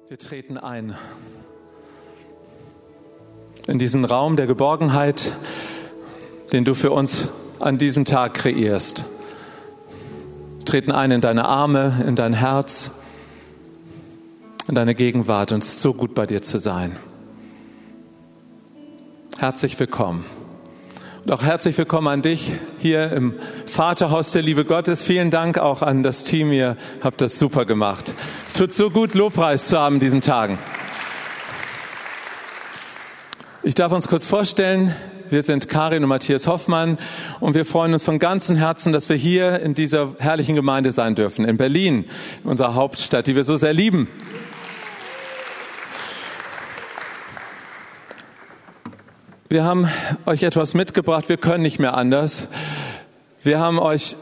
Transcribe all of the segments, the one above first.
Wir treten ein in diesen Raum der Geborgenheit, den du für uns an diesem Tag kreierst. Wir treten ein in deine Arme, in dein Herz, in deine Gegenwart, und es ist so gut, bei dir zu sein. Herzlich willkommen. Und auch herzlich willkommen an dich hier im Vaterhaus der Liebe Gottes. Vielen Dank auch an das Team, ihr habt das super gemacht. Es tut so gut, Lobpreis zu haben in diesen Tagen. Ich darf uns kurz vorstellen, wir sind Karin und Matthias Hoffmann und wir freuen uns von ganzem Herzen, dass wir hier in dieser herrlichen Gemeinde sein dürfen, in Berlin, in unserer Hauptstadt, die wir so sehr lieben. Wir haben euch etwas mitgebracht, wir können nicht mehr anders. Wir haben euch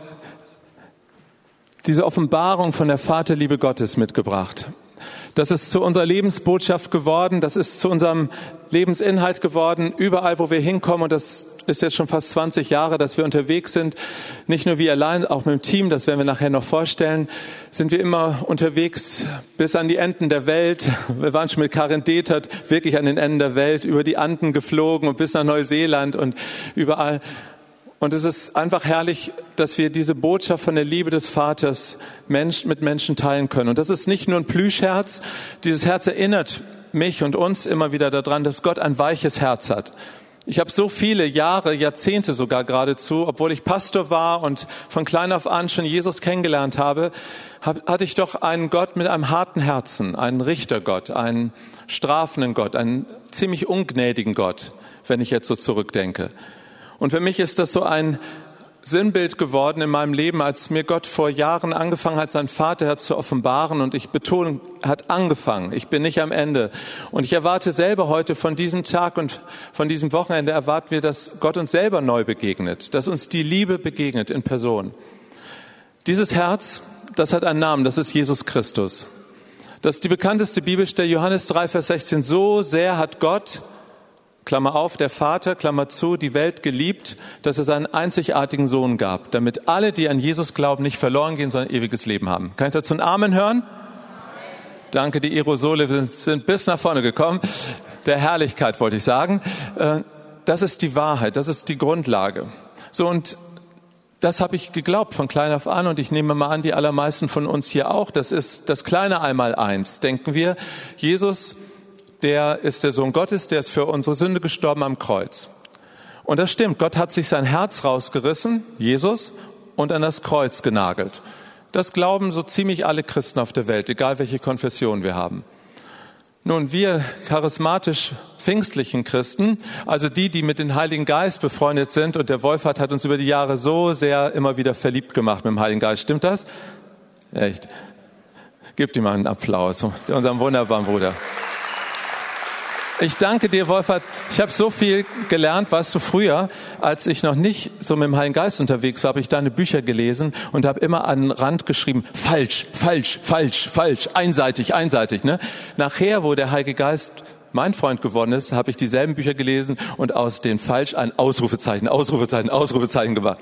diese Offenbarung von der Vaterliebe Gottes mitgebracht. Das ist zu unserer Lebensbotschaft geworden, das ist zu unserem Lebensinhalt geworden, überall, wo wir hinkommen. Und das ist jetzt schon fast 20 Jahre, dass wir unterwegs sind. Nicht nur wir allein, auch mit dem Team, das werden wir nachher noch vorstellen, sind wir immer unterwegs bis an die Enden der Welt. Wir waren schon mit Karin Detert wirklich an den Enden der Welt, über die Anden geflogen und bis nach Neuseeland und überall. Und es ist einfach herrlich, dass wir diese Botschaft von der Liebe des Vaters mit Menschen teilen können. Und das ist nicht nur ein Plüschherz. Dieses Herz erinnert mich und uns immer wieder daran, dass Gott ein weiches Herz hat. Ich habe so viele Jahre, Jahrzehnte sogar geradezu, obwohl ich Pastor war und von klein auf an schon Jesus kennengelernt habe, hatte ich doch einen Gott mit einem harten Herzen, einen Richtergott, einen strafenden Gott, einen ziemlich ungnädigen Gott, wenn ich jetzt so zurückdenke. Und für mich ist das so ein Sinnbild geworden in meinem Leben, als mir Gott vor Jahren angefangen hat, sein Vaterherz zu offenbaren. Und ich betone, er hat angefangen. Ich bin nicht am Ende. Und ich erwarte selber heute von diesem Tag und von diesem Wochenende erwarten wir, dass Gott uns selber neu begegnet, dass uns die Liebe begegnet in Person. Dieses Herz, das hat einen Namen, das ist Jesus Christus. Das ist die bekannteste Bibelstelle, Johannes 3, Vers 16. So sehr hat Gott, Klammer auf, der Vater, Klammer zu, die Welt geliebt, dass es einen einzigartigen Sohn gab, damit alle, die an Jesus glauben, nicht verloren gehen, sondern ewiges Leben haben. Kann ich dazu ein Amen hören? Amen. Danke, die Aerosole sind bis nach vorne gekommen. Der Herrlichkeit wollte ich sagen. Das ist die Wahrheit, das ist die Grundlage. So, und das habe ich geglaubt von klein auf an, und ich nehme mal an, die allermeisten von uns hier auch. Das ist das kleine Einmaleins, denken wir. Jesus, der ist der Sohn Gottes, der ist für unsere Sünde gestorben am Kreuz. Und das stimmt, Gott hat sich sein Herz rausgerissen, Jesus, und an das Kreuz genagelt. Das glauben so ziemlich alle Christen auf der Welt, egal welche Konfession wir haben. Nun, wir charismatisch pfingstlichen Christen, also die mit dem Heiligen Geist befreundet sind, und der Wolfhard hat uns über die Jahre so sehr immer wieder verliebt gemacht mit dem Heiligen Geist. Stimmt das? Echt? Gebt ihm mal einen Applaus, unserem wunderbaren Bruder. Ich danke dir, Wolfhard. Ich habe so viel gelernt, weißt du, früher, als ich noch nicht so mit dem Heiligen Geist unterwegs war, habe ich deine Bücher gelesen und habe immer an den Rand geschrieben, falsch, falsch, falsch, falsch, einseitig, einseitig. Ne? Nachher, wo der Heilige Geist mein Freund geworden ist, habe ich dieselben Bücher gelesen und aus den falsch ein Ausrufezeichen, Ausrufezeichen, Ausrufezeichen gemacht.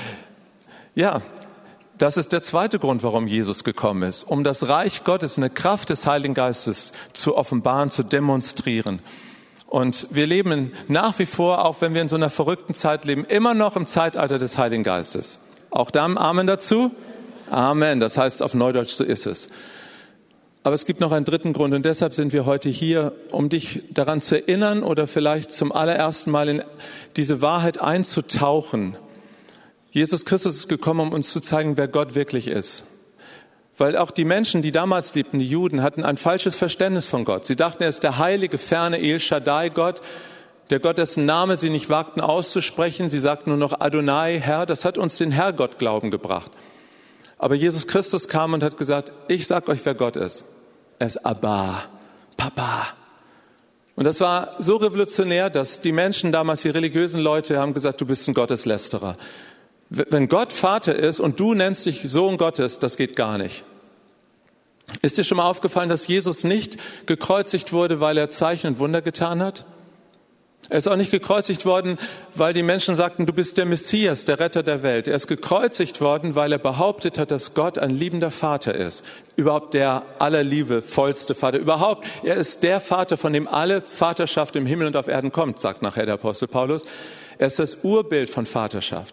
Ja. Das ist der zweite Grund, warum Jesus gekommen ist, um das Reich Gottes in der Kraft des Heiligen Geistes zu offenbaren, zu demonstrieren. Und wir leben nach wie vor, auch wenn wir in so einer verrückten Zeit leben, immer noch im Zeitalter des Heiligen Geistes. Auch da ein Amen dazu? Amen, das heißt auf Neudeutsch, so ist es. Aber es gibt noch einen dritten Grund, und deshalb sind wir heute hier, um dich daran zu erinnern oder vielleicht zum allerersten Mal in diese Wahrheit einzutauchen. Jesus Christus ist gekommen, um uns zu zeigen, wer Gott wirklich ist. Weil auch die Menschen, die damals lebten, die Juden, hatten ein falsches Verständnis von Gott. Sie dachten, er ist der heilige, ferne El Shaddai Gott, der Gott, dessen Name sie nicht wagten auszusprechen. Sie sagten nur noch Adonai, Herr. Das hat uns den Herrgott-Glauben gebracht. Aber Jesus Christus kam und hat gesagt, ich sag euch, wer Gott ist. Er ist Abba, Papa. Und das war so revolutionär, dass die Menschen damals, die religiösen Leute, haben gesagt, du bist ein Gotteslästerer. Wenn Gott Vater ist und du nennst dich Sohn Gottes, das geht gar nicht. Ist dir schon mal aufgefallen, dass Jesus nicht gekreuzigt wurde, weil er Zeichen und Wunder getan hat? Er ist auch nicht gekreuzigt worden, weil die Menschen sagten, du bist der Messias, der Retter der Welt. Er ist gekreuzigt worden, weil er behauptet hat, dass Gott ein liebender Vater ist. Überhaupt der allerliebevollste Vater. Überhaupt, er ist der Vater, von dem alle Vaterschaft im Himmel und auf Erden kommt, sagt nachher der Apostel Paulus. Er ist das Urbild von Vaterschaft.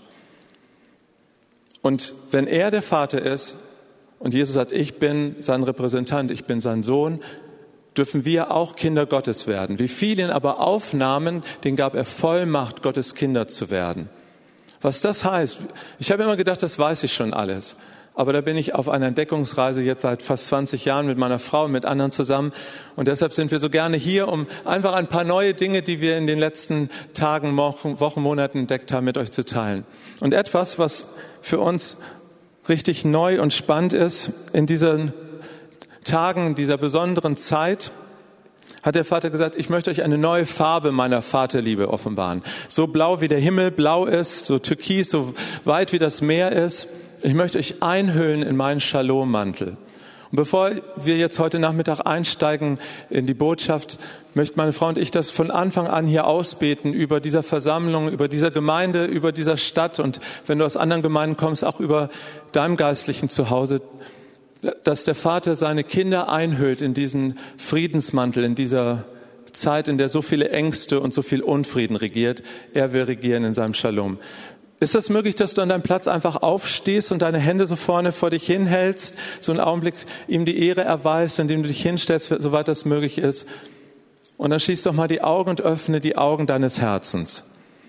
Und wenn er der Vater ist und Jesus sagt, ich bin sein Repräsentant, ich bin sein Sohn, dürfen wir auch Kinder Gottes werden. Wie viele ihn aber aufnahmen, denen gab er Vollmacht, Gottes Kinder zu werden. Was das heißt, ich habe immer gedacht, das weiß ich schon alles. Aber da bin ich auf einer Entdeckungsreise jetzt seit fast 20 Jahren mit meiner Frau und mit anderen zusammen. Und deshalb sind wir so gerne hier, um einfach ein paar neue Dinge, die wir in den letzten Tagen, Wochen, Monaten entdeckt haben, mit euch zu teilen. Und etwas, was für uns richtig neu und spannend ist in diesen Tagen dieser besonderen Zeit, hat der Vater gesagt, ich möchte euch eine neue Farbe meiner Vaterliebe offenbaren. So blau wie der Himmel blau ist, so türkis, so weit wie das Meer ist. Ich möchte euch einhüllen in meinen Shalom-Mantel. Und bevor wir jetzt heute Nachmittag einsteigen in die Botschaft, möchten meine Frau und ich das von Anfang an hier ausbeten über dieser Versammlung, über dieser Gemeinde, über dieser Stadt und wenn du aus anderen Gemeinden kommst, auch über deinem geistlichen Zuhause, dass der Vater seine Kinder einhüllt in diesen Friedensmantel, in dieser Zeit, in der so viele Ängste und so viel Unfrieden regiert. Er will regieren in seinem Shalom. Ist das möglich, dass du an deinem Platz einfach aufstehst und deine Hände so vorne vor dich hinhältst, so einen Augenblick ihm die Ehre erweist, indem du dich hinstellst, soweit das möglich ist? Und dann schließ doch mal die Augen und öffne die Augen deines Herzens.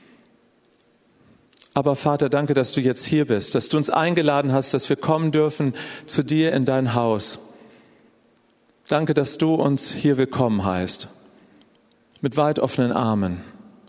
Aber Vater, danke, dass du jetzt hier bist, dass du uns eingeladen hast, dass wir kommen dürfen zu dir in dein Haus. Danke, dass du uns hier willkommen heißt, mit weit offenen Armen.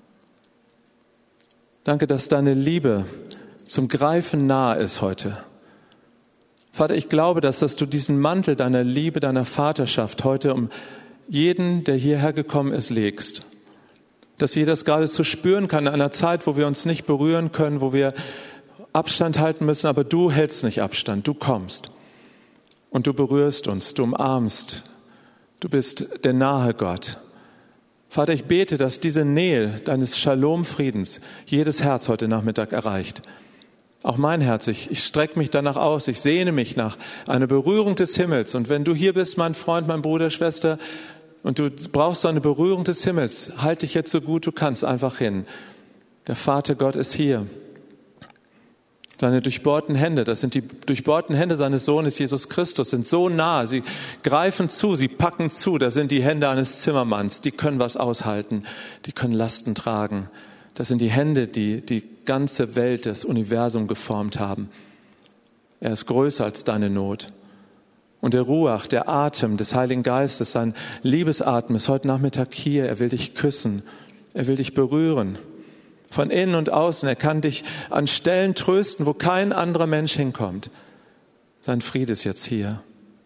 Danke, dass deine Liebe zum Greifen nahe ist heute. Vater, ich glaube, dass du diesen Mantel deiner Liebe, deiner Vaterschaft heute um jeden, der hierher gekommen ist, legst. Dass jeder das geradezu spüren kann in einer Zeit, wo wir uns nicht berühren können, wo wir Abstand halten müssen, aber du hältst nicht Abstand, du kommst und du berührst uns, du umarmst, du bist der nahe Gott. Vater, ich bete, dass diese Nähe deines Shalom-Friedens jedes Herz heute Nachmittag erreicht. Auch mein Herz, ich strecke mich danach aus, ich sehne mich nach einer Berührung des Himmels. Und wenn du hier bist, mein Freund, mein Bruder, Schwester, und du brauchst so eine Berührung des Himmels, halt dich jetzt so gut du kannst einfach hin. Der Vater Gott ist hier. Seine durchbohrten Hände, das sind die durchbohrten Hände seines Sohnes Jesus Christus, sind so nah, sie greifen zu, sie packen zu. Das sind die Hände eines Zimmermanns, die können was aushalten, die können Lasten tragen. Das sind die Hände, die die ganze Welt, das Universum geformt haben. Er ist größer als deine Not. Und der Ruach, der Atem des Heiligen Geistes, sein Liebesatem ist heute Nachmittag hier. Er will dich küssen, er will dich berühren. Von innen und außen. Er kann dich an Stellen trösten, wo kein anderer Mensch hinkommt. Sein Friede ist jetzt hier.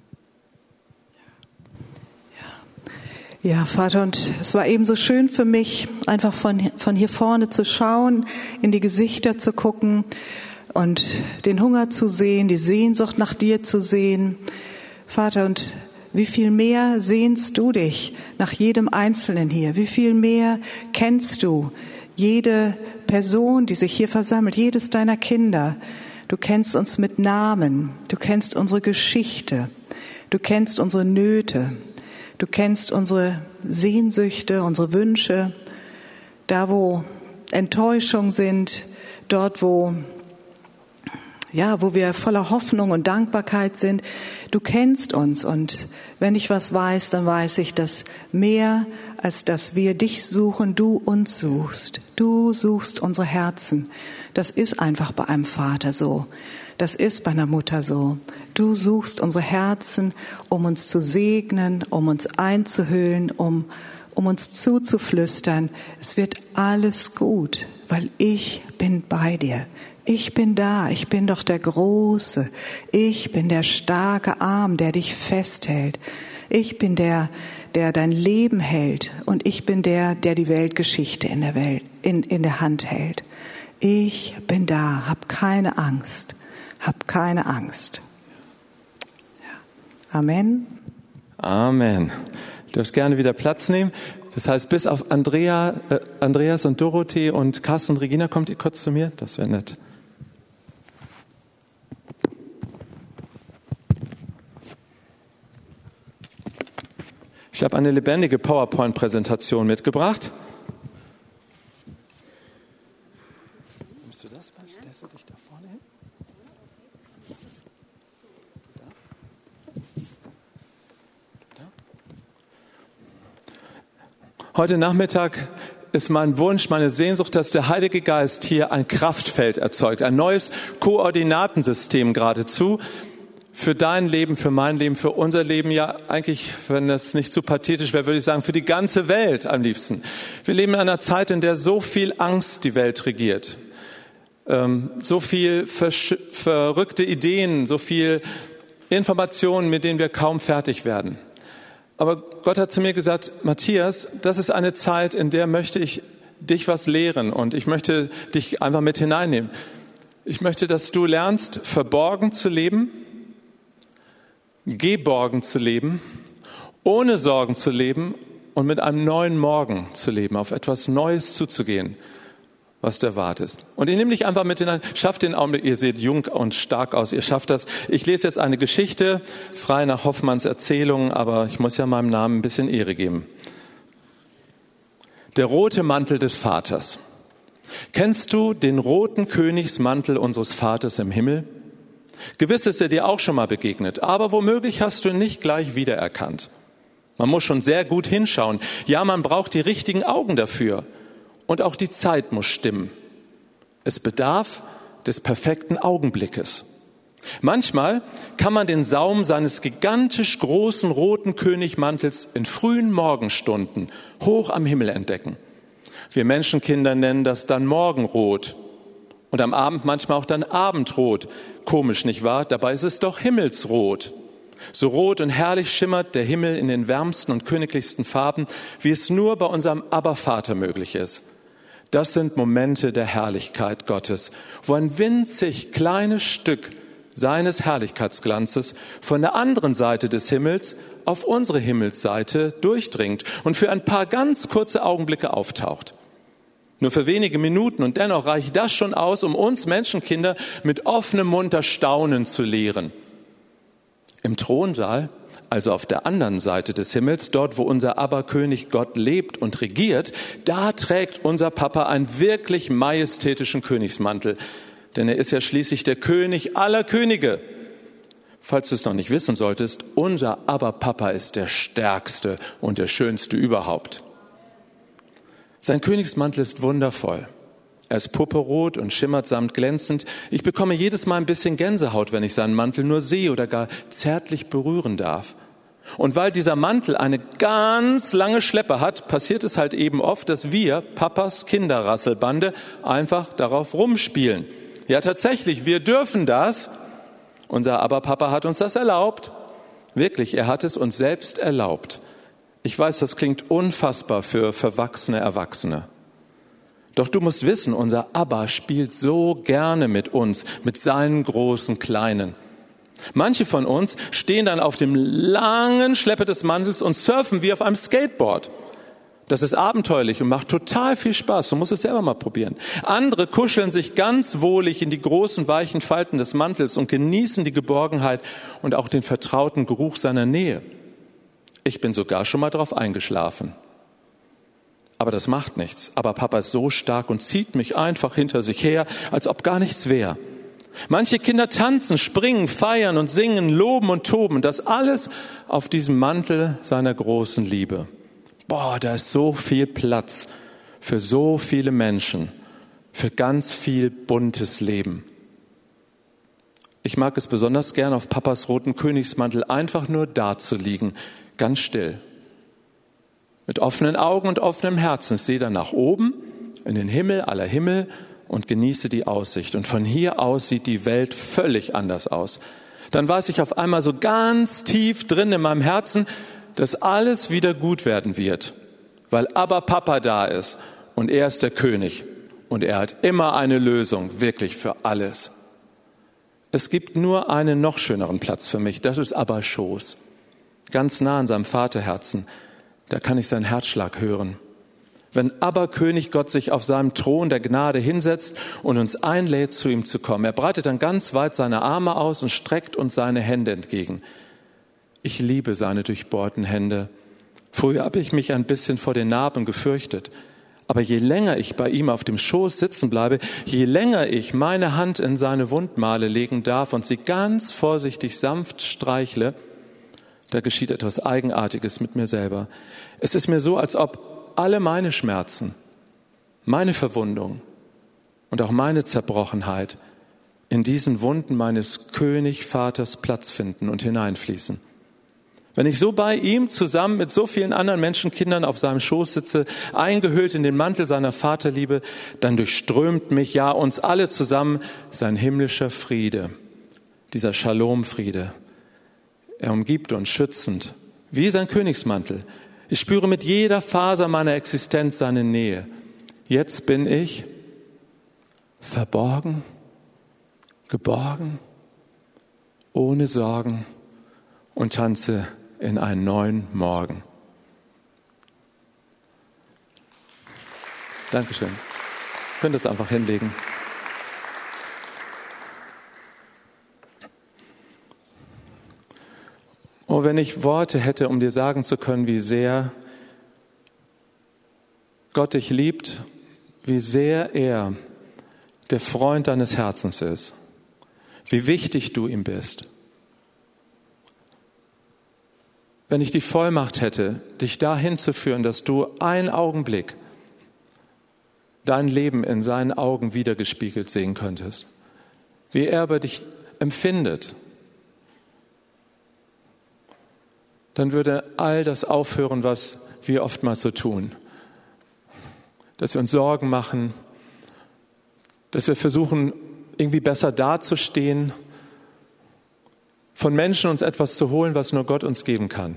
Ja, Vater, und es war eben so schön für mich, einfach von hier vorne zu schauen, in die Gesichter zu gucken und den Hunger zu sehen, die Sehnsucht nach dir zu sehen. Vater, und wie viel mehr sehnst du dich nach jedem Einzelnen hier? Wie viel mehr kennst du jede Person, die sich hier versammelt, jedes deiner Kinder? Du kennst uns mit Namen, du kennst unsere Geschichte, du kennst unsere Nöte, du kennst unsere Sehnsüchte, unsere Wünsche, da wo Enttäuschung sind, dort wo wir voller Hoffnung und Dankbarkeit sind. Du kennst uns und wenn ich was weiß, dann weiß ich, dass mehr als dass wir dich suchen, du uns suchst. Du suchst unsere Herzen. Das ist einfach bei einem Vater so. Das ist bei einer Mutter so. Du suchst unsere Herzen, um uns zu segnen, um uns einzuhüllen, um uns zuzuflüstern. Es wird alles gut, weil ich bin bei dir. Ich bin da, ich bin doch der Große, ich bin der starke Arm, der dich festhält. Ich bin der dein Leben hält und ich bin der die Weltgeschichte in der Hand hält. Ich bin da, hab keine Angst, hab keine Angst. Ja. Amen. Amen. Du darfst gerne wieder Platz nehmen. Das heißt, bis auf Andreas und Dorothee und Carsten und Regina, kommt ihr kurz zu mir? Das wäre nett. Ich habe eine lebendige PowerPoint-Präsentation mitgebracht. Nimmst du das? Stellst du dich da vorne hin? Heute Nachmittag ist mein Wunsch, meine Sehnsucht, dass der Heilige Geist hier ein Kraftfeld erzeugt, ein neues Koordinatensystem geradezu für dein Leben, für mein Leben, für unser Leben, ja eigentlich, wenn das nicht zu pathetisch wäre, würde ich sagen, für die ganze Welt am liebsten. Wir leben in einer Zeit, in der so viel Angst die Welt regiert, so viel verrückte Ideen, so viel Informationen, mit denen wir kaum fertig werden. Aber Gott hat zu mir gesagt, Matthias, das ist eine Zeit, in der möchte ich dich was lehren und ich möchte dich einfach mit hineinnehmen. Ich möchte, dass du lernst, verborgen zu leben, geborgen zu leben, ohne Sorgen zu leben und mit einem neuen Morgen zu leben, auf etwas Neues zuzugehen, was du erwartest. Und ich nehme dich einfach mit hinein, schafft den Augenblick, ihr seht jung und stark aus, ihr schafft das. Ich lese jetzt eine Geschichte, frei nach Hoffmanns Erzählung, aber ich muss ja meinem Namen ein bisschen Ehre geben. Der rote Mantel des Vaters. Kennst du den roten Königsmantel unseres Vaters im Himmel? Gewiss ist er dir auch schon mal begegnet, aber womöglich hast du ihn nicht gleich wiedererkannt. Man muss schon sehr gut hinschauen. Ja, man braucht die richtigen Augen dafür. Und auch die Zeit muss stimmen. Es bedarf des perfekten Augenblickes. Manchmal kann man den Saum seines gigantisch großen roten Königmantels in frühen Morgenstunden hoch am Himmel entdecken. Wir Menschenkinder nennen das dann Morgenrot. Und am Abend manchmal auch dann Abendrot. Komisch, nicht wahr? Dabei ist es doch Himmelsrot. So rot und herrlich schimmert der Himmel in den wärmsten und königlichsten Farben, wie es nur bei unserem Abba-Vater möglich ist. Das sind Momente der Herrlichkeit Gottes, wo ein winzig kleines Stück seines Herrlichkeitsglanzes von der anderen Seite des Himmels auf unsere Himmelsseite durchdringt und für ein paar ganz kurze Augenblicke auftaucht. Nur für wenige Minuten und dennoch reicht das schon aus, um uns Menschenkinder mit offenem Mund das Staunen zu lehren. Im Thronsaal, also auf der anderen Seite des Himmels, dort wo unser Abba-König Gott lebt und regiert, da trägt unser Papa einen wirklich majestätischen Königsmantel. Denn er ist ja schließlich der König aller Könige. Falls du es noch nicht wissen solltest, unser Abba-Papa ist der stärkste und der schönste überhaupt. Sein Königsmantel ist wundervoll. Er ist purpurrot und schimmert samtglänzend. Ich bekomme jedes Mal ein bisschen Gänsehaut, wenn ich seinen Mantel nur sehe oder gar zärtlich berühren darf. Und weil dieser Mantel eine ganz lange Schleppe hat, passiert es halt eben oft, dass wir, Papas Kinderrasselbande, einfach darauf rumspielen. Ja, tatsächlich, wir dürfen das. Unser Abba-Papa hat uns das erlaubt. Wirklich, er hat es uns selbst erlaubt. Ich weiß, das klingt unfassbar für verwachsene Erwachsene. Doch du musst wissen, unser Abba spielt so gerne mit uns, mit seinen großen Kleinen. Manche von uns stehen dann auf dem langen Schleppe des Mantels und surfen wie auf einem Skateboard. Das ist abenteuerlich und macht total viel Spaß. Du musst es selber mal probieren. Andere kuscheln sich ganz wohlig in die großen, weichen Falten des Mantels und genießen die Geborgenheit und auch den vertrauten Geruch seiner Nähe. Ich bin sogar schon mal drauf eingeschlafen. Aber das macht nichts. Aber Papa ist so stark und zieht mich einfach hinter sich her, als ob gar nichts wäre. Manche Kinder tanzen, springen, feiern und singen, loben und toben. Das alles auf diesem Mantel seiner großen Liebe. Boah, da ist so viel Platz für so viele Menschen, für ganz viel buntes Leben. Ich mag es besonders gern, auf Papas roten Königsmantel einfach nur da zu liegen, ganz still. Mit offenen Augen und offenem Herzen. Ich sehe dann nach oben, in den Himmel aller Himmel und genieße die Aussicht. Und von hier aus sieht die Welt völlig anders aus. Dann weiß ich auf einmal so ganz tief drin in meinem Herzen, dass alles wieder gut werden wird. Weil aber Papa da ist und er ist der König. Und er hat immer eine Lösung, wirklich für alles. Es gibt nur einen noch schöneren Platz für mich, das ist Abbas Schoß. Ganz nah an seinem Vaterherzen. da kann ich seinen Herzschlag hören. Wenn aber König Gott sich auf seinem Thron der Gnade hinsetzt und uns einlädt, zu ihm zu kommen. Er breitet dann ganz weit seine Arme aus und streckt uns seine Hände entgegen. Ich liebe seine durchbohrten Hände. Früher habe ich mich ein bisschen vor den Narben gefürchtet. Aber je länger ich bei ihm auf dem Schoß sitzen bleibe, je länger ich meine Hand in seine Wundmale legen darf und sie ganz vorsichtig sanft streichle, da geschieht etwas Eigenartiges mit mir selber. Es ist mir so, als ob alle meine Schmerzen, meine Verwundung und auch meine Zerbrochenheit in diesen Wunden meines Königvaters Platz finden und hineinfließen. Wenn ich so bei ihm zusammen mit so vielen anderen Menschenkindern auf seinem Schoß sitze, eingehüllt in den Mantel seiner Vaterliebe, dann durchströmt mich, ja uns alle zusammen, sein himmlischer Friede, dieser Shalom-Friede. Er umgibt uns schützend, wie sein Königsmantel. Ich spüre mit jeder Faser meiner Existenz seine Nähe. Jetzt bin ich verborgen, geborgen, ohne Sorgen und tanze in einen neuen Morgen. Dankeschön. Ihr könnt es einfach hinlegen. Oh, wenn ich Worte hätte, um dir sagen zu können, wie sehr Gott dich liebt, wie sehr er der Freund deines Herzens ist, wie wichtig du ihm bist. Wenn ich die Vollmacht hätte, dich dahin zu führen, dass du einen Augenblick dein Leben in seinen Augen wiedergespiegelt sehen könntest, wie er über dich empfindet, dann würde all das aufhören, was wir oftmals so tun. Dass wir uns Sorgen machen, dass wir versuchen, irgendwie besser dazustehen, von Menschen uns etwas zu holen, was nur Gott uns geben kann.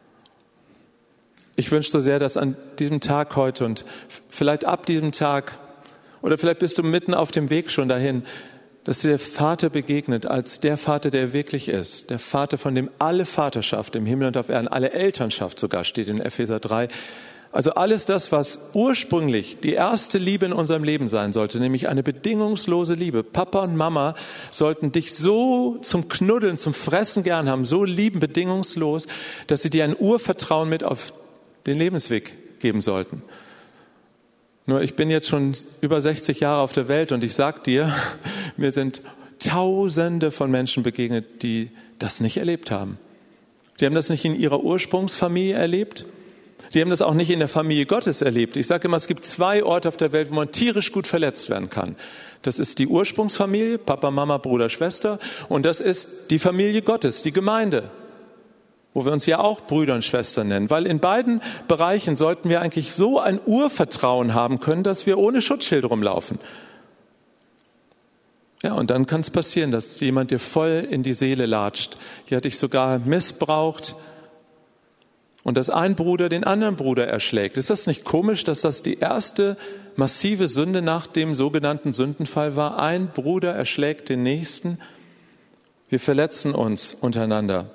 Ich wünsche so sehr, dass an diesem Tag heute und vielleicht ab diesem Tag oder vielleicht bist du mitten auf dem Weg schon dahin, dass dir der Vater begegnet als der Vater, der er wirklich ist. Der Vater, von dem alle Vaterschaft im Himmel und auf Erden, alle Elternschaft sogar steht in Epheser 3. Also alles das, was ursprünglich die erste Liebe in unserem Leben sein sollte, nämlich eine bedingungslose Liebe. Papa und Mama sollten dich so zum Knuddeln, zum Fressen gern haben, so lieben, bedingungslos, dass sie dir ein Urvertrauen mit auf den Lebensweg geben sollten. Nur ich bin jetzt schon über 60 Jahre auf der Welt und ich sag dir, mir sind Tausende von Menschen begegnet, die das nicht erlebt haben. Die haben das nicht in ihrer Ursprungsfamilie erlebt. Die haben das auch nicht in der Familie Gottes erlebt. Ich sage immer, es gibt 2 Orte auf der Welt, wo man tierisch gut verletzt werden kann. Das ist die Ursprungsfamilie, Papa, Mama, Bruder, Schwester. Und das ist die Familie Gottes, die Gemeinde, wo wir uns ja auch Brüder und Schwestern nennen. Weil in beiden Bereichen sollten wir eigentlich so ein Urvertrauen haben können, dass wir ohne Schutzschild rumlaufen. Ja, und dann kann es passieren, dass jemand dir voll in die Seele latscht. Hier hat dich sogar missbraucht. Und dass ein Bruder den anderen Bruder erschlägt. Ist das nicht komisch, dass das die erste massive Sünde nach dem sogenannten Sündenfall war? Ein Bruder erschlägt den Nächsten. Wir verletzen uns untereinander.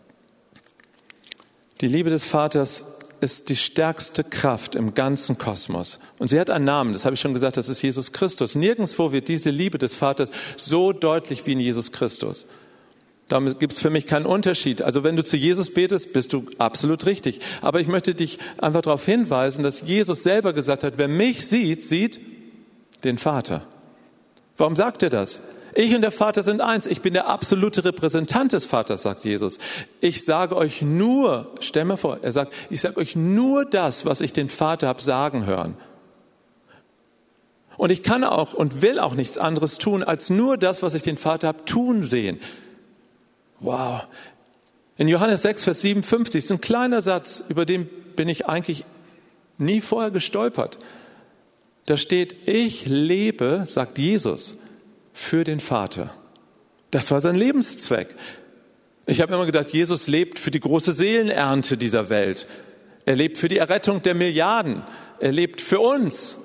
Die Liebe des Vaters ist die stärkste Kraft im ganzen Kosmos. Und sie hat einen Namen, das habe ich schon gesagt, das ist Jesus Christus. Nirgendwo wird diese Liebe des Vaters so deutlich wie in Jesus Christus. Damit gibt es für mich keinen Unterschied. Also wenn du zu Jesus betest, bist du absolut richtig. Aber ich möchte dich einfach darauf hinweisen, dass Jesus selber gesagt hat, wer mich sieht, sieht den Vater. Warum sagt er das? Ich und der Vater sind eins. Ich bin der absolute Repräsentant des Vaters, sagt Jesus. Ich sage euch nur, stell mir vor, er sagt, ich sage euch nur das, was ich den Vater habe sagen hören. Und ich kann auch und will auch nichts anderes tun, als nur das, was ich den Vater habe tun sehen. Wow. In Johannes 6, Vers 57 ist ein kleiner Satz, über den bin ich eigentlich nie vorher gestolpert. Da steht, ich lebe, sagt Jesus, für den Vater. Das war sein Lebenszweck. Ich habe immer gedacht, Jesus lebt für die große Seelenernte dieser Welt. Er lebt für die Errettung der Milliarden. Er lebt für uns.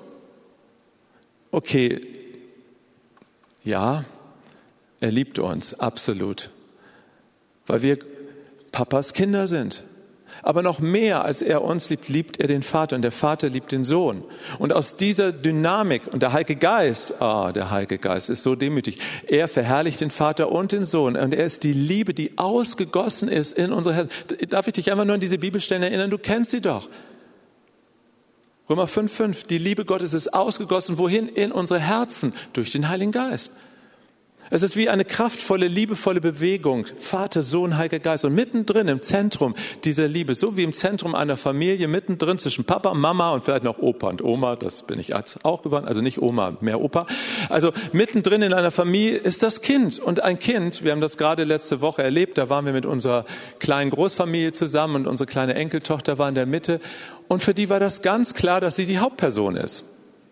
Okay, ja, er liebt uns, absolut. Weil wir Papas Kinder sind. Aber noch mehr, als er uns liebt, liebt er den Vater und der Vater liebt den Sohn. Und aus dieser Dynamik, und der Heilige Geist ist so demütig, er verherrlicht den Vater und den Sohn und er ist die Liebe, die ausgegossen ist in unsere Herzen. Darf ich dich einfach nur an diese Bibelstellen erinnern? Du kennst sie doch. Römer 5,5, die Liebe Gottes ist ausgegossen, wohin? In unsere Herzen, durch den Heiligen Geist. Es ist wie eine kraftvolle, liebevolle Bewegung, Vater, Sohn, Heiliger Geist. Und mittendrin im Zentrum dieser Liebe, so wie im Zentrum einer Familie, mittendrin zwischen Papa, Mama und vielleicht noch Opa und Oma, das bin ich auch geworden, also nicht Oma, mehr Opa. Also mittendrin in einer Familie ist das Kind. Und ein Kind, wir haben das gerade letzte Woche erlebt, da waren wir mit unserer kleinen Großfamilie zusammen und unsere kleine Enkeltochter war in der Mitte. Und für die war das ganz klar, dass sie die Hauptperson ist.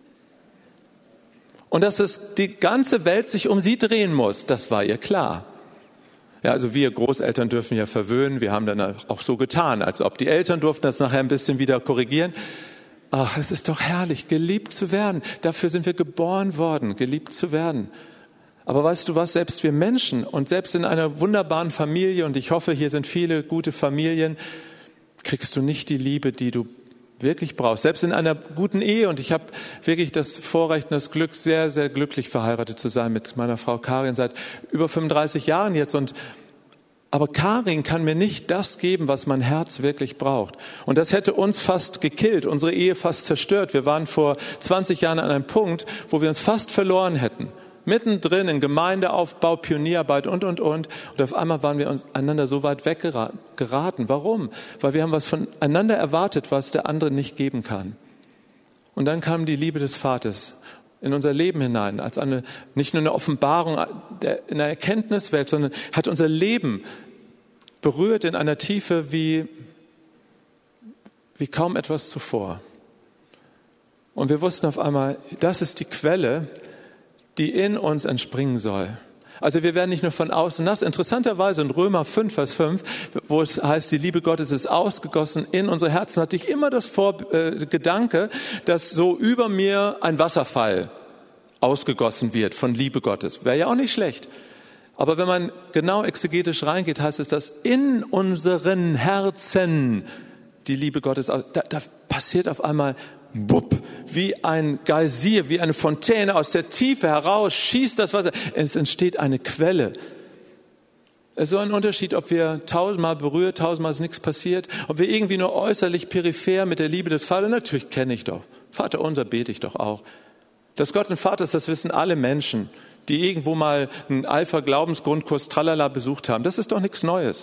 Und dass es die ganze Welt sich um sie drehen muss, das war ihr klar. Ja, also wir Großeltern dürfen ja verwöhnen. Wir haben dann auch so getan, als ob die Eltern durften das nachher ein bisschen wieder korrigieren. Ach, es ist doch herrlich, geliebt zu werden. Dafür sind wir geboren worden, geliebt zu werden. Aber weißt du was, selbst wir Menschen und selbst in einer wunderbaren Familie, und ich hoffe, hier sind viele gute Familien, kriegst du nicht die Liebe, die du wirklich brauchst. Selbst in einer guten Ehe, und ich habe wirklich das Vorrecht und das Glück, sehr, sehr glücklich verheiratet zu sein mit meiner Frau Karin seit über 35 Jahren jetzt. Aber Karin kann mir nicht das geben, was mein Herz wirklich braucht. Und das hätte uns fast gekillt, unsere Ehe fast zerstört. Wir waren vor 20 Jahren an einem Punkt, wo wir uns fast verloren hätten. Mittendrin in Gemeindeaufbau, Pionierarbeit und. Und auf einmal waren wir einander so weit weggeraten. Warum? Weil wir haben was voneinander erwartet, was der andere nicht geben kann. Und dann kam die Liebe des Vaters in unser Leben hinein, als nicht nur eine Offenbarung in der Erkenntniswelt, sondern hat unser Leben berührt in einer Tiefe wie kaum etwas zuvor. Und wir wussten auf einmal, das ist die Quelle, die in uns entspringen soll. Also wir werden nicht nur von außen nass. Interessanterweise in Römer 5, Vers 5, wo es heißt, die Liebe Gottes ist ausgegossen in unsere Herzen, hatte ich immer das Gedanke, dass so über mir ein Wasserfall ausgegossen wird von Liebe Gottes. Wäre ja auch nicht schlecht. Aber wenn man genau exegetisch reingeht, heißt es, dass in unseren Herzen die Liebe Gottes, da passiert auf einmal bupp, wie ein Geysir, wie eine Fontäne aus der Tiefe heraus, schießt das Wasser. Es entsteht eine Quelle. Es ist so ein Unterschied, ob wir 1000-mal berührt, 1000-mal ist nichts passiert, ob wir irgendwie nur äußerlich peripher mit der Liebe des Vaters, natürlich kenne ich doch. Vater unser bete ich doch auch. Dass Gott ein Vater ist, das wissen alle Menschen, die irgendwo mal einen Alpha-Glaubensgrundkurs Tralala besucht haben. Das ist doch nichts Neues.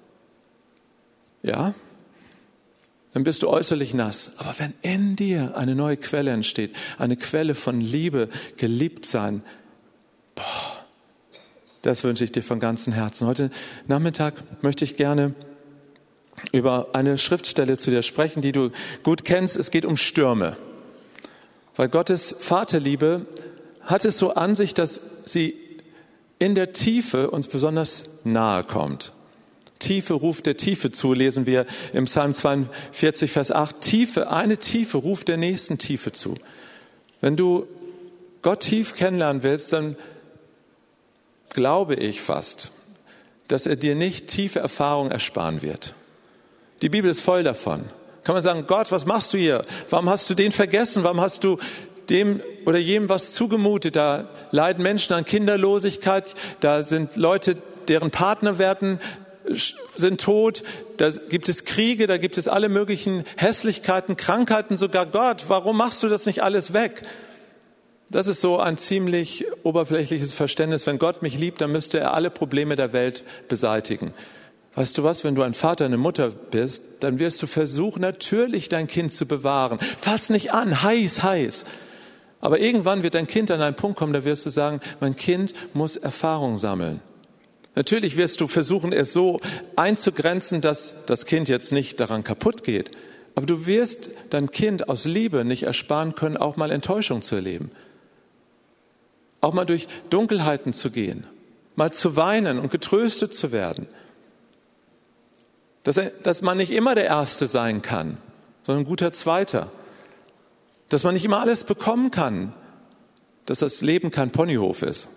Ja? Dann bist du äußerlich nass. Aber wenn in dir eine neue Quelle entsteht, eine Quelle von Liebe, geliebt sein, das wünsche ich dir von ganzem Herzen. Heute Nachmittag möchte ich gerne über eine Schriftstelle zu dir sprechen, die du gut kennst. Es geht um Stürme. Weil Gottes Vaterliebe hat es so an sich, dass sie in der Tiefe uns besonders nahe kommt. Tiefe ruft der Tiefe zu, lesen wir im Psalm 42, Vers 8. Eine Tiefe ruft der nächsten Tiefe zu. Wenn du Gott tief kennenlernen willst, dann glaube ich fast, dass er dir nicht tiefe Erfahrungen ersparen wird. Die Bibel ist voll davon. Kann man sagen, Gott, was machst du hier? Warum hast du den vergessen? Warum hast du dem oder jenem was zugemutet? Da leiden Menschen an Kinderlosigkeit, da sind Leute, deren Partner sind tot, da gibt es Kriege, da gibt es alle möglichen Hässlichkeiten, Krankheiten, sogar Gott. Warum machst du das nicht alles weg? Das ist so ein ziemlich oberflächliches Verständnis. Wenn Gott mich liebt, dann müsste er alle Probleme der Welt beseitigen. Weißt du was, wenn du ein Vater, eine Mutter bist, dann wirst du versuchen, natürlich dein Kind zu bewahren. Fass nicht an, heiß. Aber irgendwann wird dein Kind an einen Punkt kommen, da wirst du sagen, mein Kind muss Erfahrung sammeln. Natürlich wirst du versuchen, es so einzugrenzen, dass das Kind jetzt nicht daran kaputt geht. Aber du wirst dein Kind aus Liebe nicht ersparen können, auch mal Enttäuschung zu erleben. Auch mal durch Dunkelheiten zu gehen, mal zu weinen und getröstet zu werden. Dass man nicht immer der Erste sein kann, sondern ein guter Zweiter. Dass man nicht immer alles bekommen kann. Dass das Leben kein Ponyhof ist.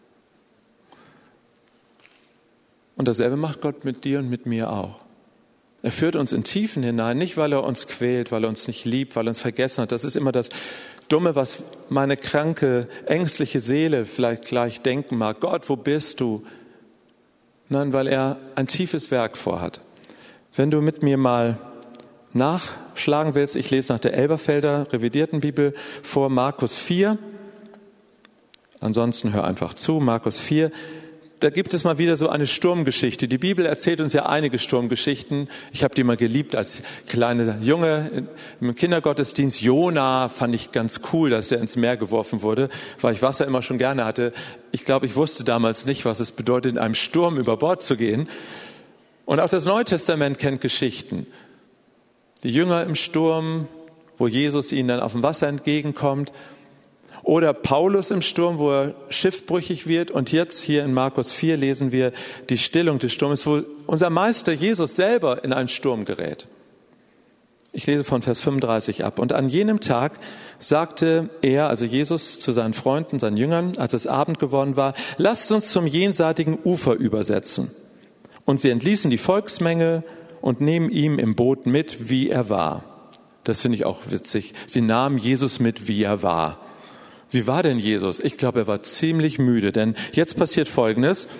Und dasselbe macht Gott mit dir und mit mir auch. Er führt uns in Tiefen hinein, nicht weil er uns quält, weil er uns nicht liebt, weil er uns vergessen hat. Das ist immer das Dumme, was meine kranke, ängstliche Seele vielleicht gleich denken mag. Gott, wo bist du? Nein, weil er ein tiefes Werk vorhat. Wenn du mit mir mal nachschlagen willst, ich lese nach der Elberfelder revidierten Bibel vor, Markus 4. Ansonsten hör einfach zu, Markus 4. Da gibt es mal wieder so eine Sturmgeschichte. Die Bibel erzählt uns ja einige Sturmgeschichten. Ich habe die mal geliebt als kleiner Junge im Kindergottesdienst. Jona fand ich ganz cool, dass er ins Meer geworfen wurde, weil ich Wasser immer schon gerne hatte. Ich glaube, ich wusste damals nicht, was es bedeutet, in einem Sturm über Bord zu gehen. Und auch das Neue Testament kennt Geschichten. Die Jünger im Sturm, wo Jesus ihnen dann auf dem Wasser entgegenkommt. Oder Paulus im Sturm, wo er schiffbrüchig wird. Und jetzt hier in Markus 4 lesen wir die Stillung des Sturmes, wo unser Meister Jesus selber in einen Sturm gerät. Ich lese von Vers 35 ab. Und an jenem Tag sagte er, also Jesus, zu seinen Freunden, seinen Jüngern, als es Abend geworden war, lasst uns zum jenseitigen Ufer übersetzen. Und sie entließen die Volksmenge und nehmen ihn im Boot mit, wie er war. Das finde ich auch witzig. Sie nahmen Jesus mit, wie er war. Wie war denn Jesus? Ich glaube, er war ziemlich müde, denn jetzt passiert Folgendes.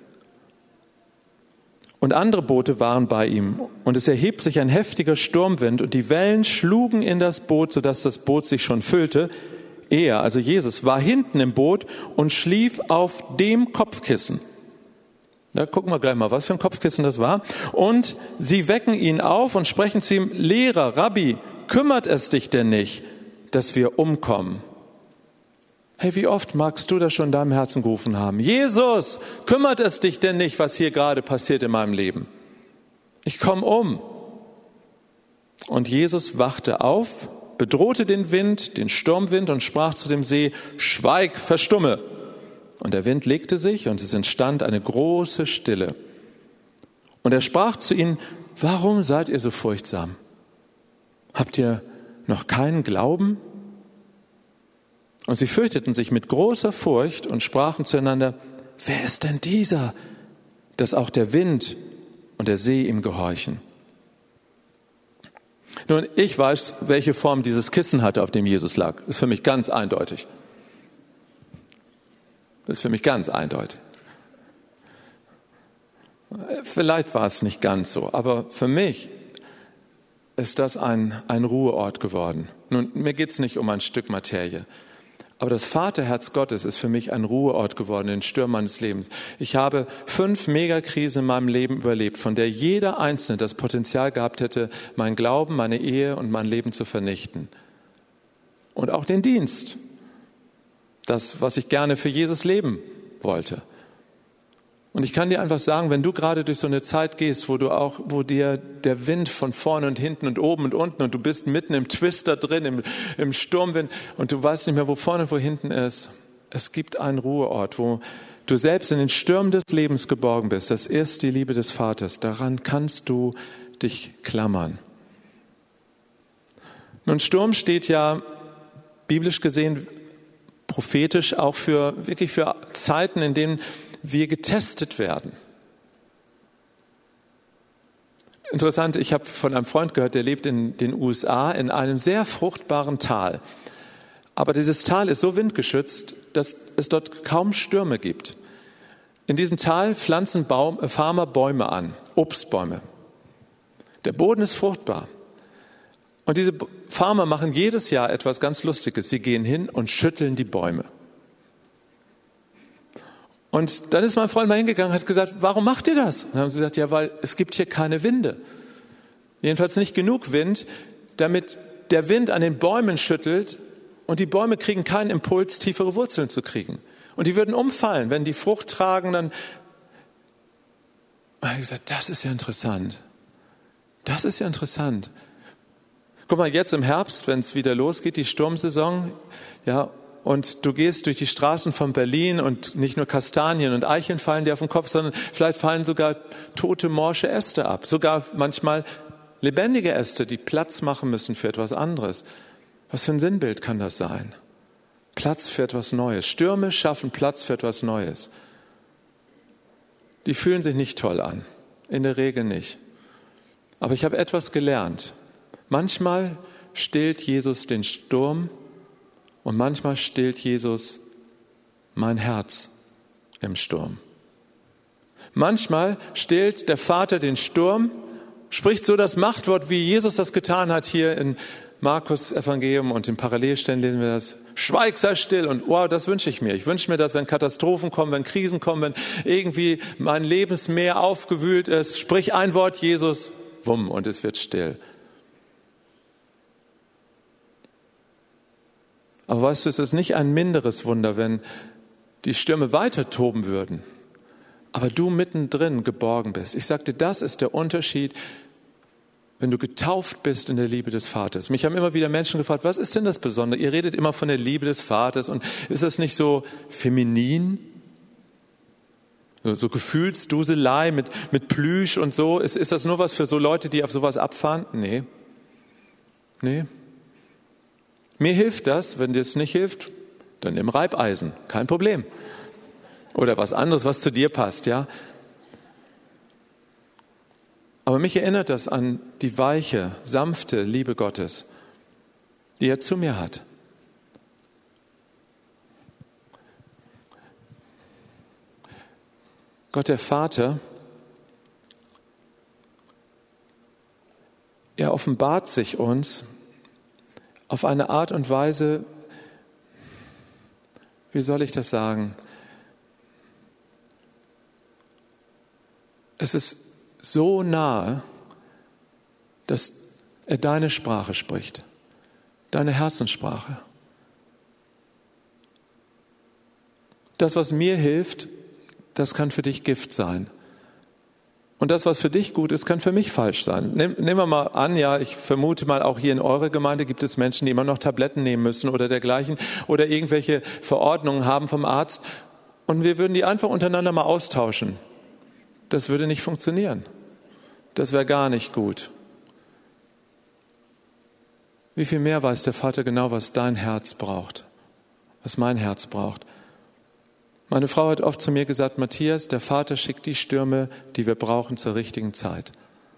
Und andere Boote waren bei ihm. Und es erhebt sich ein heftiger Sturmwind und die Wellen schlugen in das Boot, sodass das Boot sich schon füllte. Er, also Jesus, war hinten im Boot und schlief auf dem Kopfkissen. Da gucken wir gleich mal, was für ein Kopfkissen das war. Und sie wecken ihn auf und sprechen zu ihm, Lehrer, Rabbi, kümmert es dich denn nicht, dass wir umkommen? Hey, wie oft magst du das schon in deinem Herzen gerufen haben? Jesus, kümmert es dich denn nicht, was hier gerade passiert in meinem Leben? Ich komme um. Und Jesus wachte auf, bedrohte den Wind, den Sturmwind und sprach zu dem See, schweig, verstumme. Und der Wind legte sich und es entstand eine große Stille. Und er sprach zu ihnen, warum seid ihr so furchtsam? Habt ihr noch keinen Glauben? Und sie fürchteten sich mit großer Furcht und sprachen zueinander, wer ist denn dieser, dass auch der Wind und der See ihm gehorchen? Nun, ich weiß, welche Form dieses Kissen hatte, auf dem Jesus lag. Das ist für mich ganz eindeutig. Das ist für mich ganz eindeutig. Vielleicht war es nicht ganz so, aber für mich ist das ein Ruheort geworden. Nun, mir geht es nicht um ein Stück Materie. Aber das Vaterherz Gottes ist für mich ein Ruheort geworden in den Stürmen meines Lebens. Ich habe 5 Megakrisen in meinem Leben überlebt, von der jeder Einzelne das Potenzial gehabt hätte, mein Glauben, meine Ehe und mein Leben zu vernichten. Und auch den Dienst. Das, was ich gerne für Jesus leben wollte. Und ich kann dir einfach sagen, wenn du gerade durch so eine Zeit gehst, wo dir der Wind von vorne und hinten und oben und unten und du bist mitten im Twister drin, im Sturmwind und du weißt nicht mehr, wo vorne und wo hinten ist. Es gibt einen Ruheort, wo du selbst in den Stürmen des Lebens geborgen bist. Das ist die Liebe des Vaters. Daran kannst du dich klammern. Nun, Sturm steht ja biblisch gesehen prophetisch auch für Zeiten, in denen wir getestet werden. Interessant, ich habe von einem Freund gehört, der lebt in den USA in einem sehr fruchtbaren Tal. Aber dieses Tal ist so windgeschützt, dass es dort kaum Stürme gibt. In diesem Tal pflanzen Farmer Bäume an, Obstbäume. Der Boden ist fruchtbar. Und diese Farmer machen jedes Jahr etwas ganz Lustiges. Sie gehen hin und schütteln die Bäume. Und dann ist mein Freund mal hingegangen und hat gesagt, warum macht ihr das? Und dann haben sie gesagt, ja, weil es gibt hier keine Winde. Jedenfalls nicht genug Wind, damit der Wind an den Bäumen schüttelt und die Bäume kriegen keinen Impuls, tiefere Wurzeln zu kriegen. Und die würden umfallen, wenn die Frucht tragen, dann... Und ich habe gesagt, das ist ja interessant. Das ist ja interessant. Guck mal, jetzt im Herbst, wenn es wieder losgeht, die Sturmsaison, ja, und du gehst durch die Straßen von Berlin und nicht nur Kastanien und Eicheln fallen dir auf den Kopf, sondern vielleicht fallen sogar tote, morsche Äste ab. Sogar manchmal lebendige Äste, die Platz machen müssen für etwas anderes. Was für ein Sinnbild kann das sein? Platz für etwas Neues. Stürme schaffen Platz für etwas Neues. Die fühlen sich nicht toll an. In der Regel nicht. Aber ich habe etwas gelernt. Manchmal stillt Jesus den Sturm und manchmal stillt Jesus mein Herz im Sturm. Manchmal stillt der Vater den Sturm, spricht so das Machtwort, wie Jesus das getan hat hier in Markus Evangelium, und im Parallelstellen lesen wir das. Schweig, sei still. Und wow, das wünsche ich mir. Ich wünsche mir, dass wenn Katastrophen kommen, wenn Krisen kommen, wenn irgendwie mein Lebensmeer aufgewühlt ist, sprich ein Wort, Jesus, wumm, und es wird still. Aber weißt du, es ist nicht ein minderes Wunder, wenn die Stürme weiter toben würden, aber du mittendrin geborgen bist. Ich sagte, das ist der Unterschied, wenn du getauft bist in der Liebe des Vaters. Mich haben immer wieder Menschen gefragt, was ist denn das Besondere? Ihr redet immer von der Liebe des Vaters, und ist das nicht so feminin? So Gefühlsduselei mit Plüsch und so? Ist das nur was für so Leute, die auf sowas abfahren? Nee. Mir hilft das. Wenn dir es nicht hilft, dann nimm Reibeisen. Kein Problem. Oder was anderes, was zu dir passt, ja. Aber mich erinnert das an die weiche, sanfte Liebe Gottes, die er zu mir hat. Gott der Vater, er offenbart sich uns auf eine Art und Weise, wie soll ich das sagen? Es ist so nahe, dass er deine Sprache spricht, deine Herzenssprache. Das, was mir hilft, das kann für dich Gift sein. Und das, was für dich gut ist, kann für mich falsch sein. Nehmen wir mal an, ja, ich vermute mal, auch hier in eurer Gemeinde gibt es Menschen, die immer noch Tabletten nehmen müssen oder dergleichen oder irgendwelche Verordnungen haben vom Arzt. Und wir würden die einfach untereinander mal austauschen. Das würde nicht funktionieren. Das wäre gar nicht gut. Wie viel mehr weiß der Vater genau, was dein Herz braucht, was mein Herz braucht. Meine Frau hat oft zu mir gesagt, Matthias, der Vater schickt die Stürme, die wir brauchen zur richtigen Zeit.